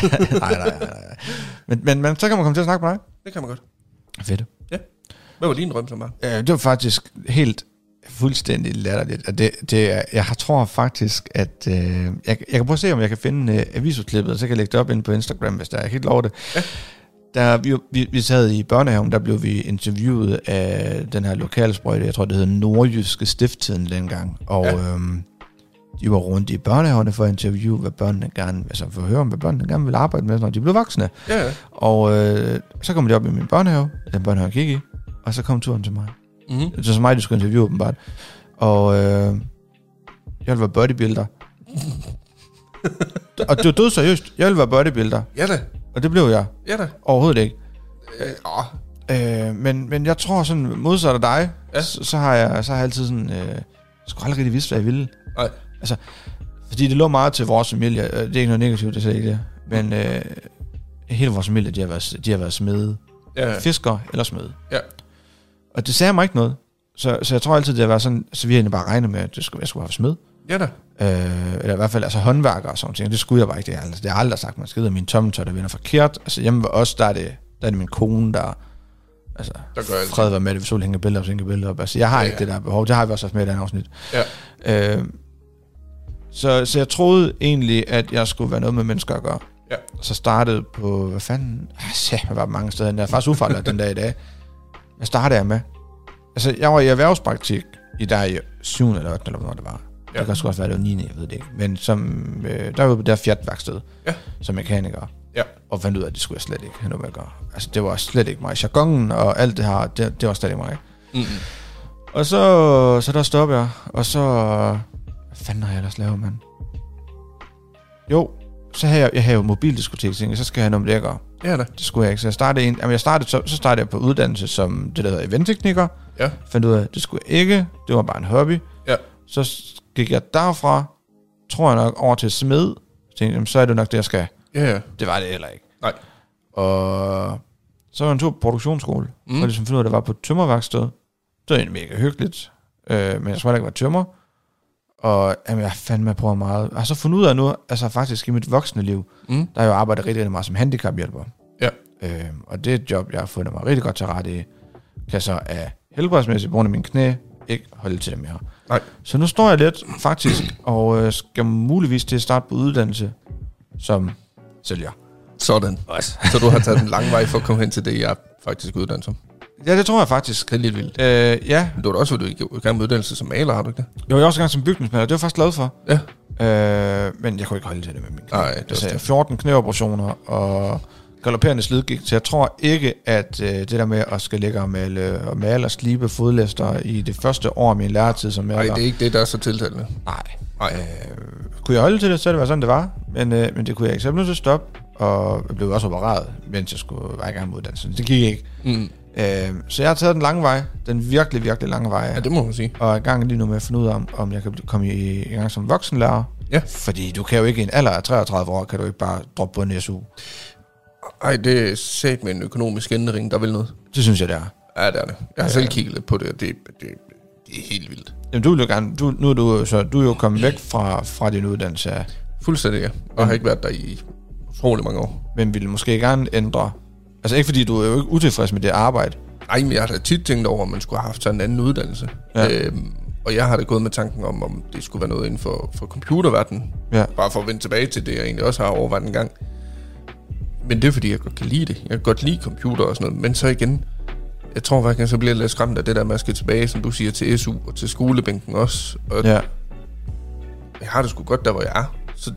Men så kan man komme til at snakke med dig. Det kan man godt. Fedt. Ja. Hvad var din drøm som var? Det var faktisk helt fuldstændig latterligt. Jeg tror faktisk, at jeg kan prøve at se, om jeg kan finde avisutklippet, og så kan jeg lægge det op ind på Instagram, hvis der er helt lov det. Ja. Da vi sad i børnehaven, der blev vi interviewet af den her lokalsprøjte, jeg tror det hed Nordjyske Stifttiden dengang, og de var rundt i børnehaverne for at interviewe, hvad børnene gerne, altså for at høre om, hvad børnene gerne ville arbejde med, når de blev voksne. Ja. Og så kom de op i min børnehave, den børnehave jeg gik i, og så kom turen til mig. Mm-hmm. Det var så mig, de skulle interviewe dem bare. Og jeg ville være bodybuilder. Og det var død seriøst. Jeg ville være bodybuilder. Ja da. Og det blev jeg. Ja da. Overhovedet ikke. Men jeg tror sådan, modsat af dig, så har jeg altid sådan, sgu aldrig rigtig vidst, hvad jeg ville. Nej. Altså, fordi det lå meget til vores familie. Det er ikke noget negativt, det er ikke det. Men hele vores familie, de har været smede. Ja. Fiskere eller smede. Ja. Og det sagde mig ikke noget. Så jeg tror altid, det har været sådan, så vi har egentlig bare regnet med, at jeg skulle være smed. Ja da. Eller i hvert fald altså håndværker og sådan ting. Det skulle jeg bare ikke. Det har aldrig sagt, man skal min tommeltør, der vinder forkert. Altså hjemme ved os, der er det min kone, der Fred var med det, hvis du hænger billeder op. Altså jeg har ikke det der behov. Det har vi også haft med i den afsnit. Ja. Så jeg troede egentlig, at jeg skulle være noget med mennesker at gøre. Ja. Så startede på, hvad fanden? Jeg var mange steder. Jeg er faktisk ufaglært den dag i dag. Hvad startede jeg med? Altså, jeg var i erhvervspraktik i 7. eller 8. eller hvornår det var. Ja. Det kan også være, det var 9. jeg ved det ikke. Men der var på det her Fiat-værksted, som mekaniker. Ja. Og fandt ud af, at det skulle jeg slet ikke have noget med at gøre. Altså, det var slet ikke mig. Jargonen og alt det her, det var slet ikke mig. Mm-hmm. Og så der stoppede jeg, og så... Hvad fanden har jeg ellers lavet, mand? Jo, så havde jeg jo mobildiskotek, så skal jeg have noget lækker. Ja da. Det skulle jeg ikke. Så så startede jeg på uddannelse som det der hedder eventtekniker. Ja. Fandt ud af, at det skulle jeg ikke. Det var bare en hobby. Ja. Så gik jeg derfra, tror jeg nok, over til smed. Så tænkte jeg, så er det nok det, jeg skal. Ja. Det var det heller ikke. Nej. Og så var jeg en tur på produktionsskole. Og ligesom fandt ud af, at der var på et tømmerværksted. Det var egentlig mega hyggeligt. Men jeg tror ikke, var tømmer. Og jamen, jeg fandme prøver meget. Jeg har så fundet ud af nu, altså faktisk i mit voksne liv, der har jeg jo arbejdet rigtig meget som handicaphjælper. Ja. Og det er et job, jeg har fundet mig rigtig godt til rette i. Kan så af helbredsmæssigt, på grund af mine knæ, ikke holde til det mere. Nej. Så nu står jeg lidt faktisk, og skal muligvis til at starte på uddannelse som sælger. Sådan. Så du har taget den lange vej for at komme hen til det, jeg faktisk uddannet som? Ja, det tror jeg faktisk. Det er lidt vildt. Ja. Men du var også, du ikke gerne med uddannelse som maler, har du ikke det? Jo, jeg er også gang som bygningsmaler. Det var jeg faktisk glad for. Ja. Men jeg kunne ikke holde til det med min knæ. Nej, det var 14 knæoperationer og galopperende slidgigt. Så jeg tror ikke, at det der med at skal ligge og male og slibe fodlæster i det første år af min læretid som maler. Nej, det er ikke det, der er så tiltalende. Nej. Kunne jeg holde til det, så det var sådan, det var. Men det kunne jeg ikke. Så jeg blev nødt til at stoppe, og jeg blev også opereret, mens jeg skulle være i gang med uddannelsen. Det gik ikke. Så jeg har taget den lange vej. Den virkelig, virkelig lange vej. Ja, det må man sige. Og er i gang lige nu med at finde ud af, om jeg kan komme i gang som voksenlærer. Ja. Fordi du kan jo ikke i en alder af 33 år, kan du ikke bare droppe på en SU. Ej, det er sat med en økonomisk ændring, der vil noget. Det synes jeg, det er. Ja, det er det. Jeg har selv kigget lidt på det, og det er helt vildt. Jamen, du vil jo gerne... Nu er du jo kommet væk fra din uddannelse. Fuldstændig, ja. Og har ikke været der i utrolig mange år. Men ville måske gerne ændre... Altså ikke fordi du er jo ikke utilfreds med det arbejde. Nej, men jeg har da tit tænkt over, om man skulle have haft sådan en anden uddannelse. Ja. Og jeg har da gået med tanken om det skulle være noget inden for computerverdenen. Ja. Bare for at vende tilbage til det, jeg egentlig også har overvejet en gang. Men det er fordi, jeg godt kan lide det. Jeg kan godt lide computer og sådan noget. Men så igen, jeg tror faktisk, så bliver jeg lidt skræmt af det der med at skal tilbage, som du siger, til SU og til skolebænken også. Og jeg har det sgu godt der, hvor jeg er. Så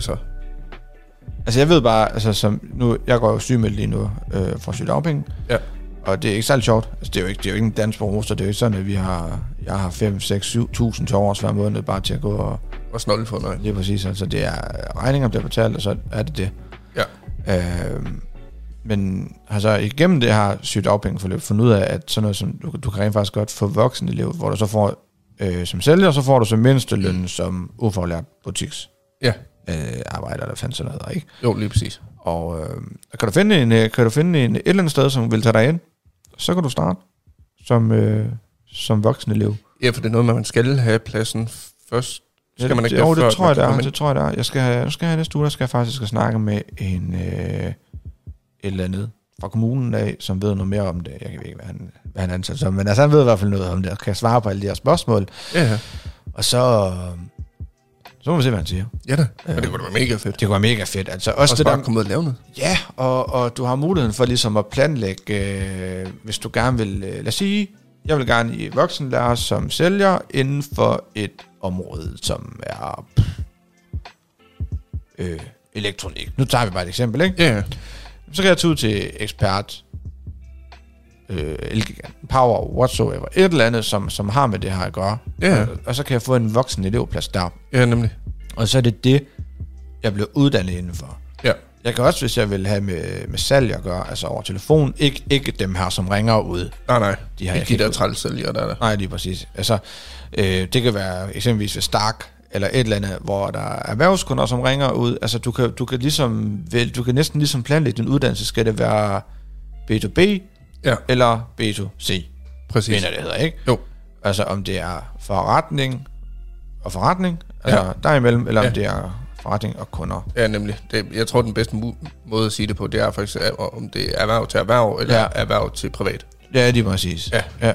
Altså jeg ved bare, altså som nu, jeg går jo sygemeldt lige nu fra sygedagpenge. Ja. Og det er ikke særlig sjovt. Altså det er jo ikke en dansk promoster. Det er jo ikke sådan, at jeg har 5, 6, 7.000 til overs hver måned bare til at gå og snolde for noget. Det er præcis. Altså det er regninger, der er betalt, og så er det. Ja. Men altså igennem det her sygedagpengeforløb fundet ud af, at sådan noget som du kan rent faktisk godt få voksen i livet, hvor du så får som sælger, så får du så mindsteløn som ufaglært butiks. Ja. Arbejder, der fandt sådan noget, ikke? Jo, lige præcis. Og kan du finde en et eller andet sted, som vil tage dig ind, så kan du starte som voksen elev. Ja, for det er noget med, man skal have pladsen først. Skal man ikke det? Det tror jeg, det er. Jeg skal have næste uge, der skal jeg faktisk snakke med en et eller andet fra kommunen af, som ved noget mere om det. Jeg ved ikke, hvad han ansætter som, men altså, han ved i hvert fald noget om det, og kan svare på alle de her spørgsmål. Ja. Og så må vi se, hvad han siger. Ja da, men det kunne være mega fedt. Det kunne være mega fedt. Altså også det bare komme ud og lave noget. Ja, og du har muligheden for ligesom at planlægge, hvis du gerne vil, lad os sige, jeg vil gerne i voksenlærer som sælger inden for et område, som er elektronik. Nu tager vi bare et eksempel, ikke? Ja. Så kan jeg tage ud til ekspert, Elgigant, Power, whatsoever, et eller andet, som har med det her at gøre. Ja. Og så kan jeg få en voksen elevplads der. Ja, nemlig. Og så er det, jeg bliver uddannet indenfor. Ja. Jeg kan også, hvis jeg vil have med salg at gøre, altså over telefon, ikke dem her, som ringer ud. Nej. De der trælsælger, der er der. Nej, lige præcis. Altså, det kan være eksempelvis ved Stark, eller et eller andet, hvor der er erhvervskunder, som ringer ud. Altså, du kan næsten ligesom planlægge din uddannelse. Skal det være B2B, eller B2C? Præcis. Mener det hedder, ikke? Jo. Altså, om det er forretning, altså derimellem, eller om det er forretning og kunder. Ja, nemlig. Jeg tror, den bedste måde at sige det på, det er faktisk, om det er erhverv til erhverv, eller erhverv til privat. Ja, det er præcis. Ja.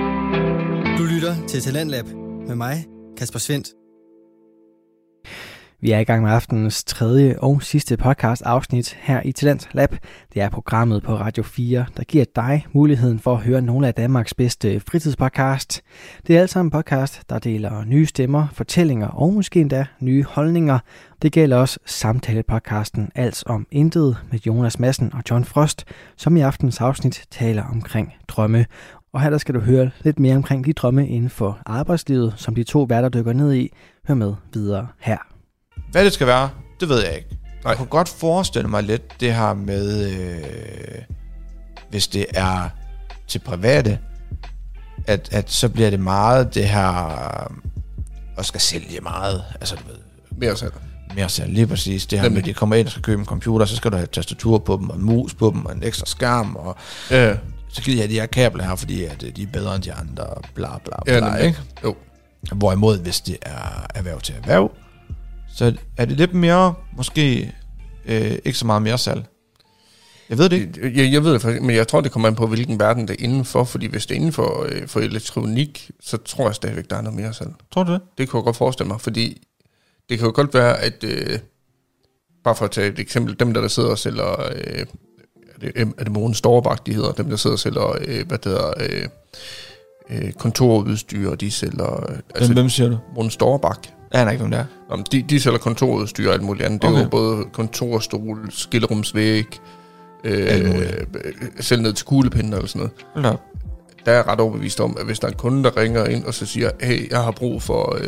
Du lytter til Talentlab med mig, Kasper Svendt. Vi er i gang med aftenens tredje og sidste podcast afsnit her i Talent Lab. Det er programmet på Radio 4, der giver dig muligheden for at høre nogle af Danmarks bedste fritidspodcast. Det er altså en podcast, der deler nye stemmer, fortællinger og måske endda nye holdninger. Det gælder også samtalepodcasten Alt om Intet med Jonas Madsen og John Frost, som i aftens afsnit taler omkring drømme. Og her der skal du høre lidt mere omkring de drømme inden for arbejdslivet, som de to værter dykker ned i. Hør med videre her. Hvad det skal være, det ved jeg ikke. Jeg kunne godt forestille mig lidt det her med, hvis det er til private, at så bliver det meget det her, og skal sælge meget. Altså, du ved, mere salg, lige præcis. Det her med, at de kommer ind og skal købe en computer, så skal du have tastatur på dem, og en mus på dem, og en ekstra skærm, og så giver jeg de her kabler her, fordi at de er bedre end de andre, bla bla bla, ikke? Jo. Hvorimod, hvis det er erhverv til erhverv, så er det lidt mere, måske ikke så meget mere salg. Jeg ved det ikke. Jeg ved det faktisk, men jeg tror, det kommer an på, hvilken verden det er indenfor, fordi hvis det er inden for elektronik, så tror jeg stadigvæk, der er noget mere salg. Tror du det? Det kunne jeg godt forestille mig, fordi det kan jo godt være, at bare for at tage et eksempel, dem der sidder og sælger, er det Mogens Storebak, de hedder, dem der sidder og sælger, kontorudstyr, og de sælger... Hvem siger du? Mogens Storebak. Ja, han er ikke nogen der. De sælger kontorudstyr og alt muligt andet. Okay. Det er jo både kontorstol, skillerumsvæg, selv ned til kuglepinder eller sådan noget. Der er jeg ret overbevist om, at hvis der er en kunde, der ringer ind og så siger, hey, jeg har brug for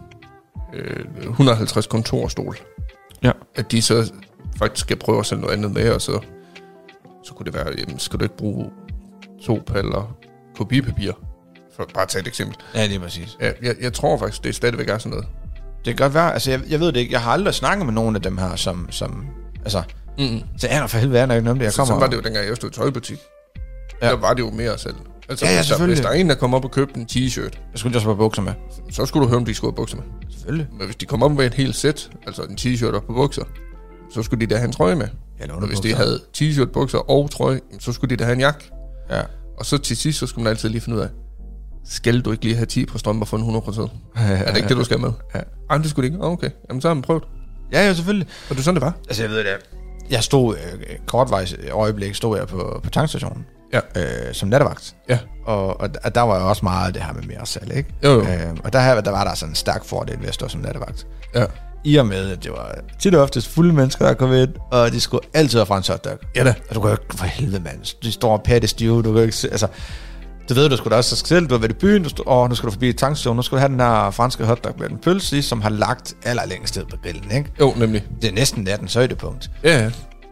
150 kontorstol. Ja. At de så faktisk skal prøve at sælge noget andet med, og så kunne det være, jamen, skal du ikke bruge 2 paller kopipapir? For bare at tage et eksempel. Ja, det er præcis. Ja, jeg tror faktisk, det stadigvæk er sådan noget. Det kan godt være. Altså, jeg ved det ikke. Jeg har aldrig snakket med nogen af dem her, som altså... Så er der for helvede ikke noget om det. Så var det jo dengang, jeg stod i tøjbutik. Ja. Der var det jo mere selv. Altså, ja, hvis der er en, der kommer op og købte en t-shirt... Jeg skulle også have bukser med. Så skulle du høre, om de skulle have bukser med. Selvfølgelig. Men hvis de kom op med et helt sæt, altså en t-shirt og på bukser, så skulle de da have en trøje med. Ja, og hvis de havde t-shirt, bukser og trøje, så skulle de da have en jakke. Ja. Og så til sidst, så skulle man altid lige finde ud af, skal du ikke lige have 10 på strømper for en 100%? Er det ikke det, du skal med? Ja. Ej, det skulle de ikke. Okay, jamen så har man prøvet. Ja, selvfølgelig. Og det sådan, det var? Altså, jeg ved det. Jeg stod kortvejs øjeblik, stod jeg på tankstationen. Ja. Som nattevagt. Ja. Og der var jo også meget det her med mere salg, ikke? Jo. Og der var der sådan en stærk fordel ved at stå som nattevagt. Ja. I og med, at det var tit og oftest fulde mennesker, der kom ind, og de skulle altid have fra en hotdog. Ja da. Og du kan jo ikke, for helvede mand, de står og patte stive, du kan ikke se, altså, du ved, du skulle da også selv, du har været i byen, nu skal du forbi tankstationen, nu skal du have den her franske hotdog med den pølse i, som har lagt allerlængst sted på grillen, ikke? Jo, nemlig. Det er næsten nattens højdepunkt. Ja.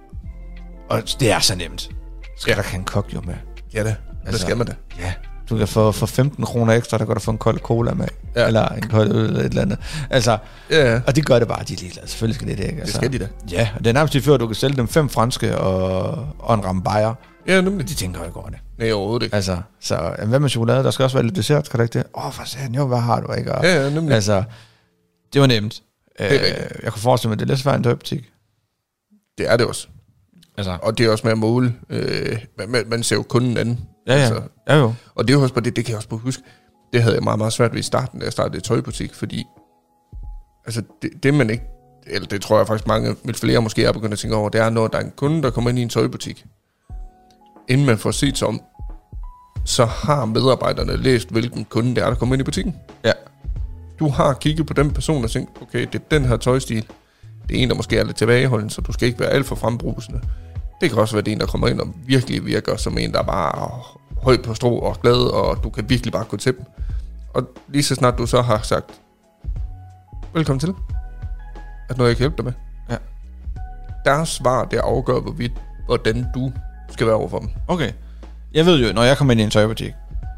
Og det er så nemt. Skal der kan en kok jo med? Ja da, det skal man da. Ja. Du kan få 15 kroner ekstra, der kan du få en kold cola med. Ja. Eller en kold øl eller et eller andet. Altså, ja. Og de gør det bare, de er ligeglade. Selvfølgelig skal det ikke. Altså. Det skal de da. Ja, og det er nærmest lige før, du kan sælge dem 5 franske og en ramme bajer. Ja, nemlig. De tænker jo ikke over det. Nej, overhovedet ikke. Altså, så hvad med chokolade? Der skal også være lidt dessert, skal der ikke det? For satan, jo, hvad har du ikke? Og, ja, nemlig. Altså, det var nemt. Jeg kunne forestille mig, at det er lidt svært en tøjbutik. Det er det også. Altså. Og det er også med at måle. Man ser jo kunden anden. Ja, ja. Altså, ja jo. Og det er jo også bare det kan jeg også bare huske. Det havde jeg meget, meget svært ved i starten, da jeg startede i tøjbutik, fordi altså det man ikke, eller det tror jeg faktisk mange, mit flere måske er begyndt at tænke over, det er, når der er en kunde, der kommer ind i en tøjbutik, inden man får set sig om, så har medarbejderne læst, hvilken kunde det er, der kommer ind i butikken. Ja. Du har kigget på den person og tænkt, okay, det er den her tøjstil. Det er en, der måske er lidt tilbageholdende, så du skal ikke være alt for frembrusende. Det kan også være det en, der kommer ind og virkelig virker som en, der bare er høj på strå og glad, og du kan virkelig bare gå til dem. Og lige så snart du så har sagt, velkommen til, at noget jeg kan hjælpe dig med. Ja. Deres svar, det afgør, hvordan du skal være over for dem. Okay. Jeg ved jo, når jeg kommer ind i en tøjbutik,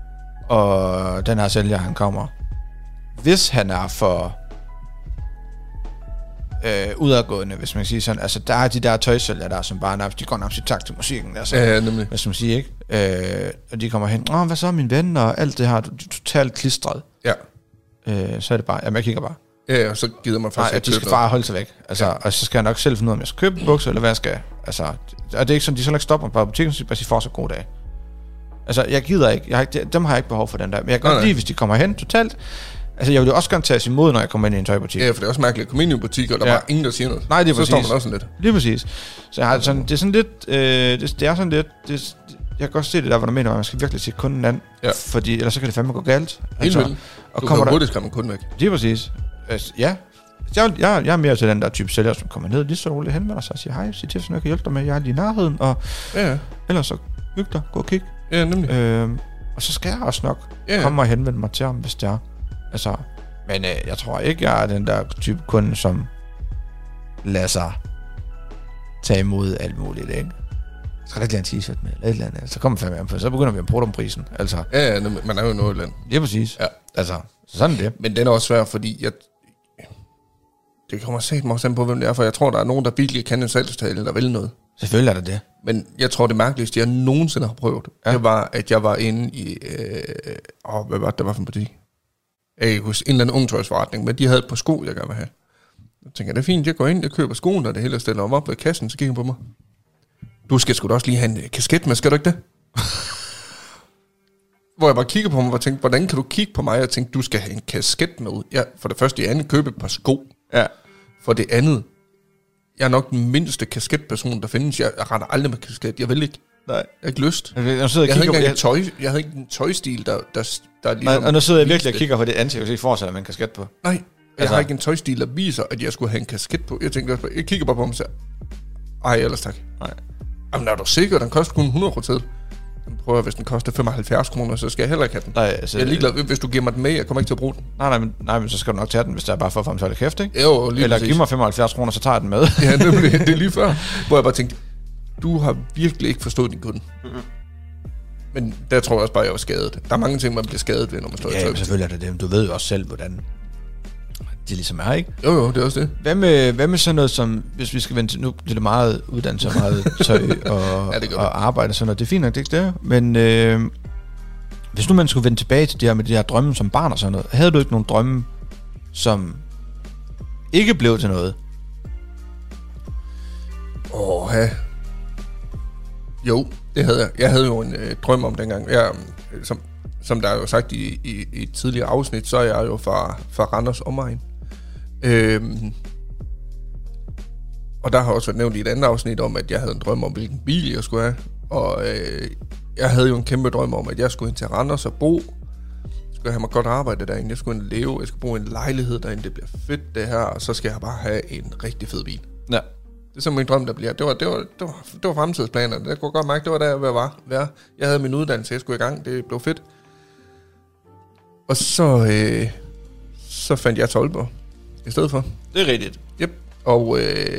og den her sælger, han kommer, hvis han er for udadgående, hvis man kan sige sådan, altså der er de der tøjsælger der, som bare nærmest, de går nærmest i takt til musikken, altså, ja, nemlig. Hvad skal man sige, ikke? Og de kommer hen, hvad så min ven, og alt det her, du er totalt klistret. Ja. Så er det bare, jamen jeg kigger bare. Ja, og så gider man faktisk ikke. De skal bare holde sig væk, altså, ja. Og så skal jeg nok selv finde ud af, om jeg skal købe bukser, eller hvad jeg skal, altså, og det er ikke sådan, de så ikke stopper på butikken, så bare sige, for så god dag. Altså, jeg gider ikke, dem har jeg ikke behov for den der, men jeg kan godt lide, hvis de kommer hen totalt, Altså, jeg vil jo også gerne tage imod, når jeg kommer ind i en tøjbutik. Ja, for det er også mærkeligt at komme ind i en butik, og der er ingen, der siger noget. Nej, det er præcis. Så står man også sådan lidt. Lige præcis. Så jeg har sådan, det er sådan lidt, det er sådan lidt, jeg kan godt se det der, hvor du mener, at man skal virkelig sige kunden an, fordi ellers så kan det fandme gå galt. Helt vildt. Og du kan hurtigt skræmme kunden væk. Lige præcis. Altså, ja. Jeg er mere til den der type sælger, som kommer ned lige så roligt henvender sig og siger, hej, sig til, så jeg kan hjælpe dig med, jeg er lige i nærheden, og ellers så hygge dig, gå og kig. Ja, nemlig. Og så skal jeg også nok komme og henvende mig til ham, hvis det er. Altså, men jeg tror ikke, jeg er den der type kunde, som lader sig tage imod alt muligt, ikke? Så skal der ikke lade en t-shirt med, eller et eller andet. Så kommer fandme på, så begynder vi at prøve om prisen. Altså. Ja, man er jo i Nordjylland. Det er præcis. Ja. Altså, sådan det. Men den er også svær, fordi det kommer satme også an på, hvem det er, for jeg tror, der er nogen, der virkelig kan en salgstale, der vil noget. Selvfølgelig er der det. Men jeg tror, det mærkeligste, jeg nogensinde har prøvet, det var, at jeg var inde i, hvad var det, der var for en butik? Hos en eller anden ungtøjsforretning, men de havde et par sko, jeg gerne vil have. Jeg tænker, det er fint, jeg går ind, jeg køber skoene, og det hele stiller op ved kassen, så kigger jeg på mig. Du skal sgu da også lige have en kasket med, skal du ikke det? Hvor jeg bare kigger på mig og tænkte, hvordan kan du kigge på mig og tænke, du skal have en kasket med ud? Ja, for det første, jeg købe et par sko. Ja. For det andet, jeg er nok den mindste kasketperson, der findes. Jeg render aldrig med kasket. Jeg vil ikke. Nej. Jeg har ikke lyst. Jeg havde ikke en tøjstil, der ligesom... Og nu sidder jeg virkelig og kigger på det ansigt, hvis jeg ikke fortsætter med en kasket på. Nej, jeg har ikke en tøjstil, der viser, at jeg skulle have en kasket på. Jeg kigger bare på mig og siger, ej, ellers tak. Nej. Jamen, er du sikker? Den koster kun 100 kroner. Prøver, hvis den koster 75 kroner, så skal jeg heller ikke have den. Nej, altså, jeg er ligeglad, hvis du giver mig den med, jeg kommer ikke til at bruge den. Nej, men så skal du nok tage den, hvis det er bare for at få mig kæft, ikke? Jo, lige eller giv mig 75 kroner, så tager jeg den med. Ja, nemlig, det er lige før. Hvor jeg bare tænkte, du har virkelig ikke forstået din kunde. Mm-hmm. Men der tror jeg også bare, jeg var skadet. Der er mange ting, man bliver skadet ved, når man står i tøj. Ja, selvfølgelig er det det. Du ved jo også selv, hvordan det ligesom er, ikke? Jo, det er også det. Hvad med sådan noget som, hvis vi skal vende til, nu bliver det meget uddannelse og meget tøj og arbejde og sådan noget, det er fint nok, det er ikke det, men hvis nu man skulle vende tilbage til det her med de her drømme som barn og sådan noget, havde du ikke nogen drømme, som ikke blev til noget? Jo, det havde jeg. Jeg havde jo en drøm om dengang. Som der er jo sagt i et tidligere afsnit, så er jeg jo fra Randers omegn. Og der har også været nævnt i et andet afsnit om, at jeg havde en drøm om, hvilken bil jeg skulle have. Og jeg havde jo en kæmpe drøm om, at jeg skulle ind til Randers og bo. Jeg skulle have mig godt arbejde derinde. Jeg skulle ind leve. Jeg skulle bo i en lejlighed derinde. Det bliver fedt det her. Og så skal jeg bare have en rigtig fed bil. Ja. Det er sådan min drøm, der bliver. Det var fremtidsplanerne. Det kunne godt mærke, det var der, jeg var. Jeg havde min uddannelse, jeg skulle i gang. Det blev fedt. Og så fandt jeg til Aalborg i stedet for. Det er rigtigt. Yep. Og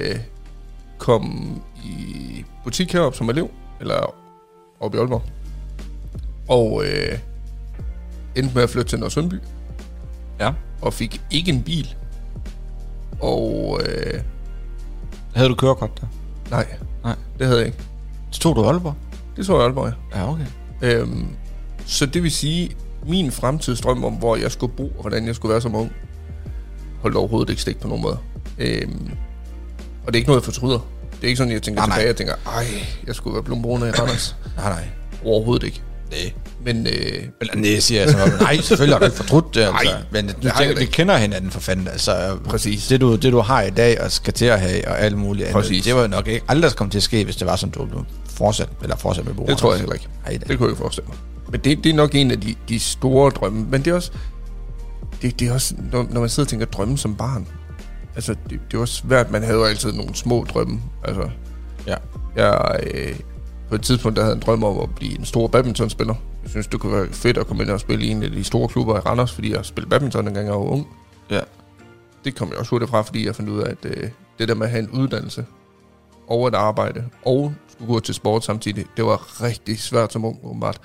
kom i butik heroppe som elev, eller oppe i Aalborg. Og endte med at flytte til Nørresundby. Ja. Og fik ikke en bil. Og havde du kørekort der? Nej, det havde jeg ikke. Så tog du Aalborg? Det tog jeg Aalborg, ja. Ja, okay. Så det vil sige, min fremtidsdrøm om, hvor jeg skulle bo, og hvordan jeg skulle være som ung, holdt overhovedet ikke stik på nogen måde. Og det er ikke noget, jeg fortryder. Det er ikke sådan, jeg tænker tilbage og tænker, jeg skulle være blevet boende i Randers. Nej. Overhovedet ikke. Nej. Men nej, siger jeg så. Nej, selvfølgelig har du ikke fortrudt det. Altså. Men vi kender hinanden for fanden. Altså, præcis. Det du har i dag og skal til at have, og alt muligt andet. Det var jo nok ikke aldrig kommet til at ske, hvis det var sådan, du blev fortsat med bo. Det tror jeg heller ikke. Det kunne jeg ikke forestille mig. Men det er nok en af de store drømme. Men det er også, det er også når man sidder og tænker drømme som barn. Altså, det er også svært. Man havde jo altid nogle små drømme. Altså, ja. Jeg på et tidspunkt, der havde en drøm om at blive en stor badmintonspiller. Jeg synes, det kunne være fedt at komme ind og spille i en af de store klubber i Randers, fordi jeg spillede badminton, dengang jeg var ung. Ja. Det kom jeg også hurtigt fra, fordi jeg fandt ud af, at det der med at have en uddannelse og et arbejde, og skulle gå til sport samtidig, det var rigtig svært som ung, åbenbart.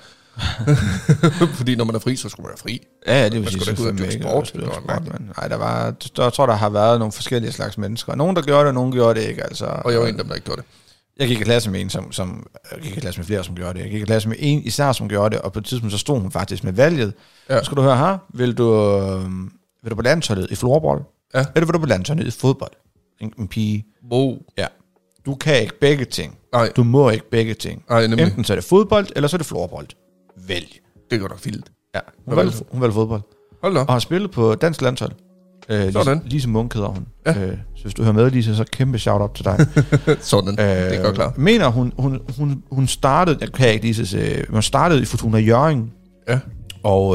Fordi når man er fri, så skulle man være fri. Ja, det vil sige, man skulle da gå ud og dyrke sport. Nej, jeg tror, der har været nogle forskellige slags mennesker. Nogen, der gjorde det, og nogen gjorde det ikke. Altså, og jeg var en af dem, der ikke gjorde det. Jeg gik i klasse med en, jeg gik i klasse med flere, som gjorde det. Jeg gik i klasse med en især, som gjorde det, og på et tidspunkt så stod hun faktisk med valget. Ja. Så skal du høre her, vil du på landsholdet i floorball? Ja. Eller vil du på landsholdet i fodbold? En pige. Wow. Ja. Du kan ikke begge ting. Nej. Du må ikke begge ting. Nej, nemlig. Enten så er det fodbold, eller så er det floorball. Vælg. Det går nok vildt. Ja. Hun valgte fodbold. Hold da. Og har spillet på dansk landshold. Sådan. Lise Munk hedder hun. Ja. Så hvis du hører med, Lise, så kæmpe shout-out til dig. Sådan, det er godt klart. Mener hun startede, jeg kan ikke lige se, hun startede i Fortuna Hjørring. Ja. Og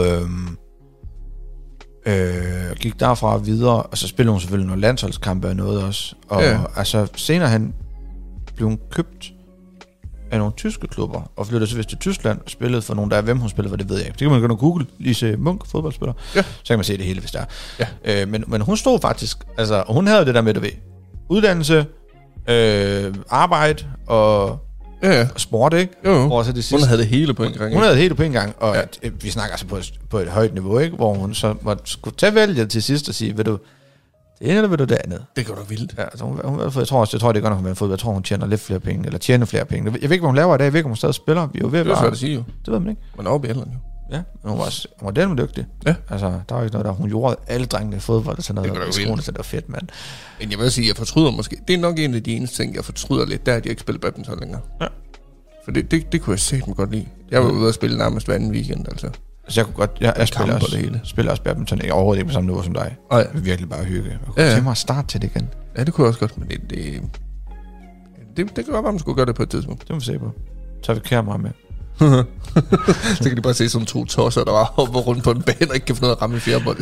gik derfra videre, og så spillede hun selvfølgelig nogle landsholdskampe og noget også. Og altså senere han blev hun købt af nogle tyske klubber, og flyttede så vist til Tyskland, og spillede for nogle, der er hvem hun spillede for, det ved jeg ikke. Det kan man gå og google, Lise Munk, fodboldspiller, så kan man se det hele, hvis der er. Men hun stod faktisk, altså hun havde det der med, du ved, uddannelse, arbejde og sport, ikke? Jo. Og så det sidste, hun havde det hele på en gang. Hun havde det hele på en gang, og vi snakker altså på et højt niveau, ikke? Hvor hun så skulle tage valget til sidst og sige, ved du, det ene eller ved du det andet? Det går da vildt. Ja, altså jeg tror det er godt nok, hun fodbold. Jeg tror, hun tjener lidt flere penge, eller tjener flere penge. Jeg ved ikke, hvad hun laver i dag. Jeg ved ikke, om hun stadig spiller. Vi er jo ved det er svært at sige jo. Det ved man ikke. Man er oppe i alderen jo. Ja, men hun var den med dygtig. Ja. Altså, der var ikke noget der. Hun gjorde alle drengene i fodbold og sådan noget. Det var fedt, mand. Men jeg vil sige, jeg fortryder måske. Det er nok en af de eneste ting, jeg fortryder lidt, der at jeg ikke spiller badminton længere. Ja. For det kunne jeg satme godt lide. Jeg var ude at spille nærmest hver anden weekend, altså. Altså jeg kunne godt, jeg spiller også badminton, jeg overhovedet ikke på samme niveau som dig. Ja. Det er virkelig bare hygge. Jeg kunne tænke mig at starte til det igen. Ja, det kunne jeg også godt, men det kan godt være, man skulle gøre det på et tidspunkt. Det må vi se på. Så vi kære mig med. Så kan de bare se sådan 2 tosser, der var hopper rundt på en bane og ikke kan få noget at ramme i fjerdebold.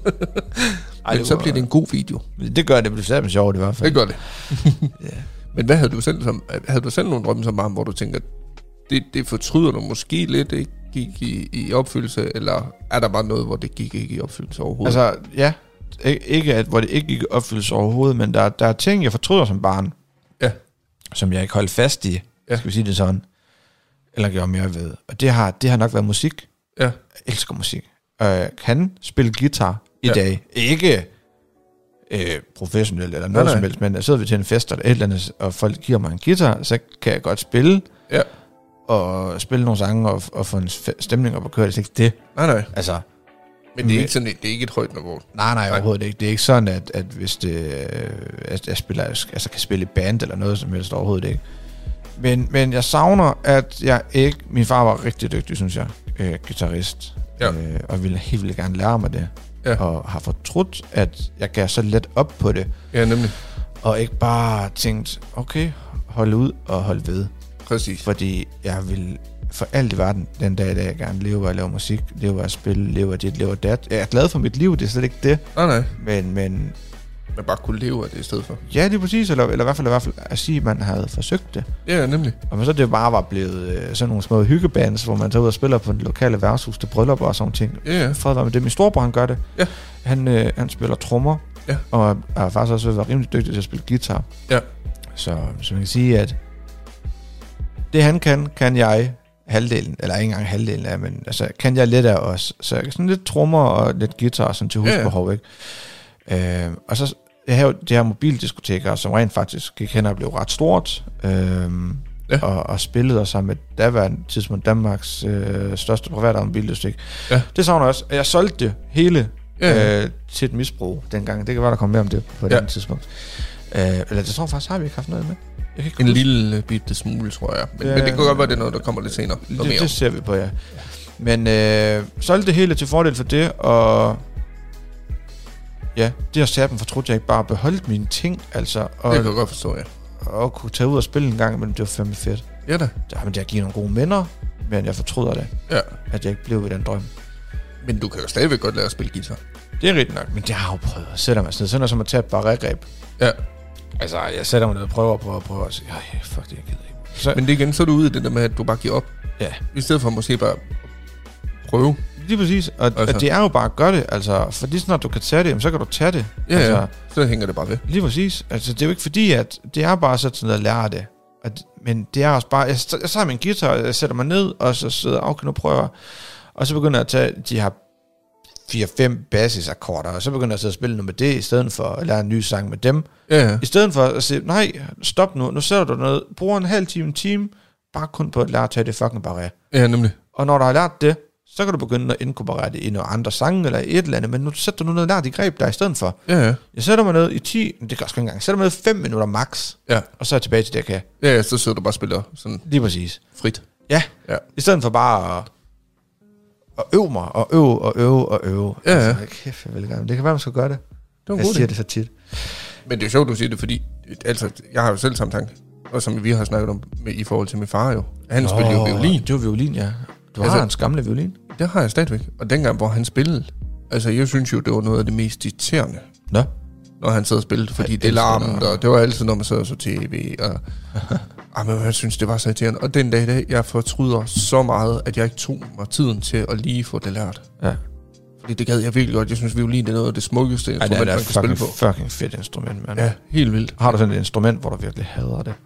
Men så bliver det en god video. Det gør det, men det er sjovt i hvert fald. Det gør det. Men hvad havde du selv nogle drømme som barn, hvor du tænker, det fortryder du måske lidt, ikke gik i opfyldelse, eller er der bare noget, hvor det gik ikke i opfyldelse overhovedet? Altså, ja. Ikke hvor det ikke gik i opfyldelse overhovedet, men der er ting, jeg fortryder som barn, som jeg ikke holdt fast i, skal vi sige det sådan, eller gjorde mere ved. Og det har nok været musik. Ja. Jeg elsker musik. Jeg kan spille guitar i dag. Ikke professionelt eller noget som helst, men jeg sidder ved til en fest eller et eller andet, og folk giver mig en guitar, så kan jeg godt spille. Ja. Og spille nogle sange og få en stemning op og køre. Det er ikke det. Nej. Altså, men det er ikke sådan, det er ikke et højt niveau. Nej, overhovedet ikke. Det er ikke sådan, at hvis jeg spiller, altså kan spille i band eller noget som helst, overhovedet ikke. Men jeg savner, at jeg ikke... Min far var rigtig dygtig, synes jeg, guitarist. Ja. Og ville helt vildt gerne lære mig det. Ja. Og har fortrudt, at jeg gav så let op på det. Ja, nemlig. Og ikke bare tænkt, okay, hold ud og hold ved. Præcis. Fordi jeg vil for alt i verden den dag i dag gerne leve af at lave musik, leve af at spille, leve af dit, leve af dat. Jeg er glad for mit liv, det er slet ikke det. Nej. Men bare kunne leve af det i stedet for. Ja, det er præcis, eller i hvert fald at sige, at man havde forsøgt det. Ja, nemlig. Og så det bare var blevet sådan nogle små hyggebands, hvor man tager ud og spiller på en lokale værtshus til bryllup og sådan ting. Ja. Fred var med det. Min storebror, han gør det. Ja. Han spiller trommer, og er faktisk også været rimelig dygtig til at spille guitar. Ja. Så man kan sige, at det han kan jeg halvdelen, eller ikke engang halvdelen af, men altså kan jeg lidt af os. Så jeg sådan lidt trommer og lidt guitar sådan til husbehov, ikke? Og så jeg har jo de her mobildiskoteker, som rent faktisk gik hen og blev ret stort, og spillede og sammen med daværende tidspunkt Danmarks største private mobildiskotek. Ja. Det savner jeg også. Jeg solgte det hele til et misbrug dengang. Det kan være, der kom mere om det på den tidspunkt. Eller det tror jeg faktisk, har vi ikke haft noget med. En lille bitte smule, tror jeg. Men det kan godt være, det er noget, der kommer lidt senere. Det ser vi på, ja. Men solgte det hele til fordel for det, og ja, det har sat mig fortrudt, jeg ikke bare beholdt mine ting, altså. Og, det kan jeg godt forstå, ja. Og kunne tage ud og spille en gang, men det var fandme fedt. Ja da. Men det har givet nogle gode minder, men jeg fortryder det. Ja. At jeg ikke blev i den drøm. Men du kan jo stadigvæk godt lære at spille guitar. Det er rigtigt nok, men det har jeg jo prøvet at sætte mig sådan. Sådan noget som at tage et barré-greb. Ja. Altså, jeg sætter mig ned og prøver at sige, fuck det, jeg gider ikke. Så, men det igen, så er du ude i det der med, at du bare giver op. Ja. I stedet for måske bare prøve. Lige præcis, og det er jo bare at gøre det, altså, for lige snart du kan tage det, så kan du tage det. Ja, altså, så hænger det bare ved. Lige præcis, altså det er jo ikke fordi, at det er bare at sætte sig ned og lære det. Men det er også bare, jeg tager min guitar, jeg sætter mig ned, og så sidder jeg, okay, nu prøver, og så begynder jeg at tage de her 4-5 basisakkorder, og så begynder jeg at sidde og spille noget med det, i stedet for at lære en ny sang med dem. Ja. I stedet for at sige, nej, stop nu sætter du noget, bruger en halv time, en time, bare kun på at lære at tage det fucking barré. Ja, nemlig. Og når du har lært det, så kan du begynde at inkorporere det i nogle andre sange, eller et eller andet, men nu sætter du noget lært i greb der i stedet for. Ja. Jeg sætter mig ned i 10, det kan også ikke engang, jeg sætter mig ned 5 minutter max, og så er jeg tilbage til det, jeg kan. Ja, så sidder du bare og spiller sådan. Lige præcis. Frit. Ja. I stedet for bare og øve mig, og øve. Ja. Altså, kæft, jeg vil gerne. Det kan være, man skal gøre det. Jeg siger det så tit. Men det er sjovt, du siger det, fordi altså, jeg har jo selv samme tanke, og som vi har snakket om i forhold til min far jo. Han spillede jo violin. Det var violin, ja. Du har hans gamle violin. Det har jeg stadigvæk. Og dengang, hvor han spillede, altså jeg synes jo, det var noget af det mest irriterende. Nå? Når han sad og spillede, fordi det larmede, og det var altid, når man sad og så tv, og men jeg synes, det var så irriterende. Og den dag i dag, jeg fortryder så meget, at jeg ikke tog mig tiden til at lige få det lært. Ja. Fordi det gad jeg virkelig godt. Jeg synes, violin er noget af det smukkeste instrument, man kan spille på. Det er fucking fedt instrument, mand. Ja, helt vildt. Har du sådan et instrument, hvor du virkelig hader det?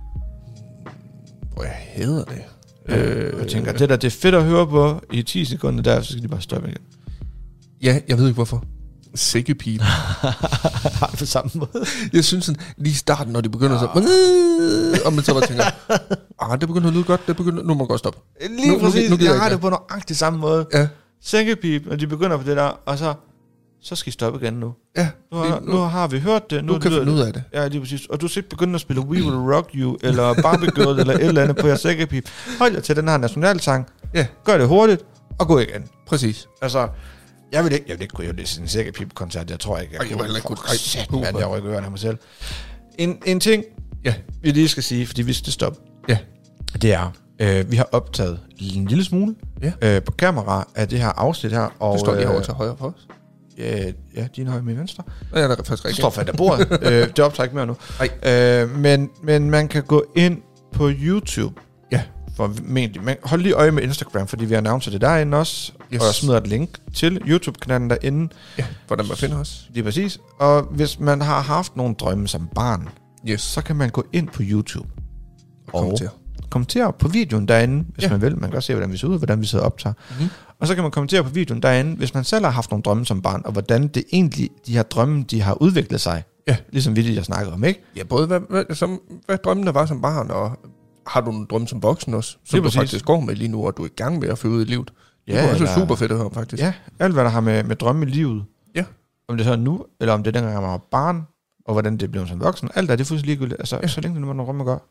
Hvor jeg hader det? Jeg tænker, det er fedt at høre på i 10 sekunder der, så skal de bare stoppe igen. Ja, jeg ved ikke hvorfor. Sækkepipen. Har det på samme måde? Jeg synes sådan, lige i starten, når de begynder så... Og man så bare tænker, det begynder at lyde godt, nu må man godt stoppe. Lige præcis, jeg har det på nøjagtigt samme måde. Ja. Sækkepip, og de begynder på det der, og så skal I stoppe igen nu. Ja. Nu har vi hørt det. Nu kan vi finde ud af det. Ja, lige præcis. Og du skal ikke begynde at spille We Will Rock You, eller Barbie Girl, eller et eller andet på jeres sækkepip. Hold jer til den her nationalsang. Ja. Gør det hurtigt, og gå igen. Præcis. Altså, jeg vil ikke kunne jo det en sækkepip-koncert. Jeg tror ikke, jeg kunne. Jeg rykker ørerne af mig selv. En ting, vi lige skal sige, fordi vi skal stoppe. Ja. Det er, vi har optaget en lille smule på kamera af det her afsnit her. Og, du står lige over til højre for os. Ja, din højre med venstre. Ja, der er faktisk rigtigt. Du står fandt af bordet. Det optager ikke mere nu. Men man kan gå ind på YouTube. Ja. Hold lige øje med Instagram, fordi vi har announced det derinde også. Yes. Og jeg smider et link til YouTube-kanalen derinde. Ja, hvordan man finder os. Det er præcis. Og hvis man har haft nogle drømme som barn, så kan man gå ind på YouTube og kommentere på videoen derinde, hvis man vil. Man kan også se, hvordan vi ser ud, hvordan vi sidder og optager. Mm-hmm. Og så kan man kommentere på videoen derinde, hvis man selv har haft nogle drømme som barn, og hvordan det egentlig, de her drømme, de har udviklet sig. Ja. Ligesom vi jeg snakkede om, ikke? Ja, både hvad drømmene var som barn, og har du en drømme som voksen også, som du faktisk går med lige nu, og du er i gang med at føre ud i livet. Det er også super fedt at høre om, faktisk. Ja, alt hvad der har med drømme i livet. Ja. Om det så er nu, eller om det er dengang, man var barn, og hvordan det bliver som voksen. Alt det er fuldstændig ligegyldigt. Altså, så længe det er noget, man drømme at gøre.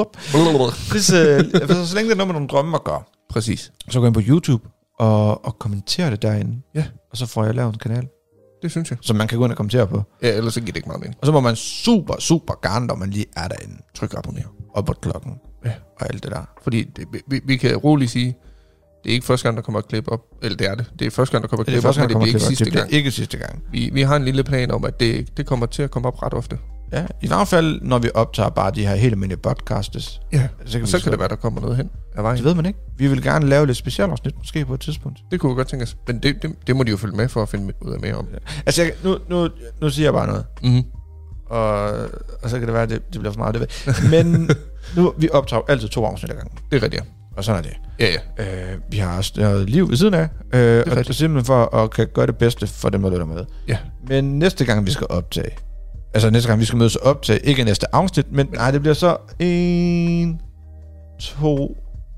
Så længe det er noget, man drømme at gøre. Præcis. Så gå ind på YouTube og kommentere det derinde. Ja. Og så får jeg lavet en kanal. Det synes jeg. Som man kan gå ind og kommentere på. Ja, ellers så giver det ikke meget mening. Og så må man super gerne, når man lige er derinde. Tryk abonner. Op på klokken. Ja. Og alt det der. Fordi vi kan roligt sige, det er ikke første gang, der kommer et klip op. Eller det er det. Det er første gang, der kommer et klip op, men det bliver ikke sidste gang. Ikke sidste gang. Vi har en lille plan om, at det kommer til at komme op ret ofte. Ja, i hvert fald, når vi optager bare de her helt almindelige podcasts. Ja, så kan det være, der kommer noget hen af vejen. Det ved man ikke. Vi vil gerne lave lidt specialafsnit, måske på et tidspunkt. Det kunne vi godt tænke os. Men det må de jo følge med for at finde ud af mere om. Ja. Altså, nu siger jeg bare noget. Mm-hmm. Og så kan det være, at det bliver for meget, det ved. Men nu, vi optager altid 2 afsnit ad gangen. Det er rigtigt, ja. Og sådan er det. Ja. Vi har også noget liv ved siden af. Og det er simpelthen for at kan gøre det bedste for dem, der lytter med. Ja. Men næste gang, vi skal optage, altså næste gang, vi skal mødes og optage, ikke næste afsnit, men nej, det bliver så 1, 2,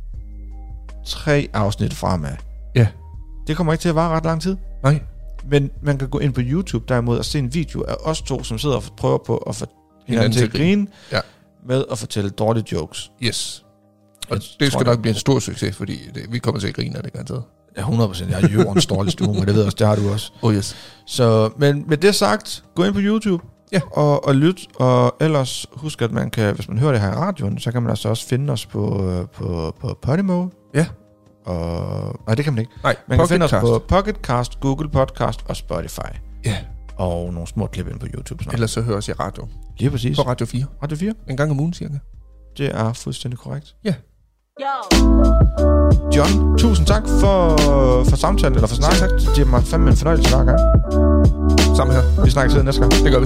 3 afsnit fremad. Ja. Det kommer ikke til at vare ret lang tid. Nej. Men man kan gå ind på YouTube derimod og se en video af os to, som sidder og prøver på at få hinanden til at grine med at fortælle dårlige jokes. Yes. Og det skal nok blive en stor succes, fordi vi kommer til at grine af det garanteret. Ja, 100%. Jeg er jordens dårligste humor, det ved jeg også, det har du også. Yes. Så, men med det sagt, gå ind på YouTube og lyt, og ellers husk, at man kan, hvis man hører det her i radioen, så kan man altså også finde os på Podimo. Ja. Nej, det kan man ikke. Nej, man kan finde os på Pocket Cast, Google Podcast og Spotify. Ja. Og nogle små klip ind på YouTube snart. Ellers så hører os i radio. Lige præcis. På Radio 4. Radio 4. En gang om ugen cirka. Det er fuldstændig korrekt. Ja. John, tusind tak for samtalen, eller for snakken. Det er mig fandme en fornøjelse hver gang. Samme her. Vi snakker til næste gang. Det gør vi.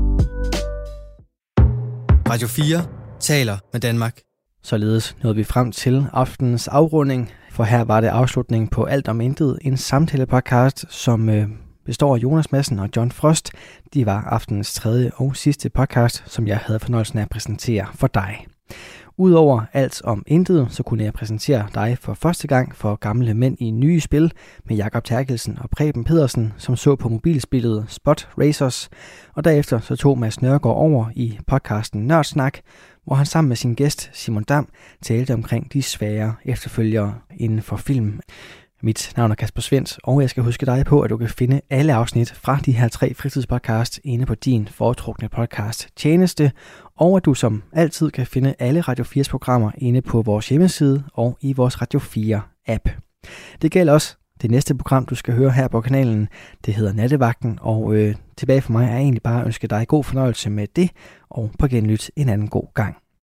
Radio 4 taler med Danmark. Således nåede vi frem til aftenens afrunding, for her var det afslutning på Alt om Intet, en samtalepodcast, som består af Jonas Madsen og John Frost. De var aftenens 3. og sidste podcast, som jeg havde fornøjelsen af at præsentere for dig. Udover Alt om Intet, så kunne jeg præsentere dig for første gang for Gamle Mænd i Nye Spil med Jakob Terkelsen og Preben Pedersen, som så på mobilspillet Spot Racers. Og derefter så tog Mads Nørgaard over i podcasten Nørdsnak, hvor han sammen med sin gæst Simon Dam talte omkring de svære efterfølgere inden for film. Mit navn er Kasper Svendt, og jeg skal huske dig på, at du kan finde alle afsnit fra de her 3 fritidspodcasts inde på din foretrukne podcast tjeneste, og at du som altid kan finde alle Radio 4's programmer inde på vores hjemmeside og i vores Radio 4 app. Det gælder også det næste program, du skal høre her på kanalen. Det hedder Nattevagten, og tilbage for mig er egentlig bare at ønske dig god fornøjelse med det, og på genlyt en anden god gang.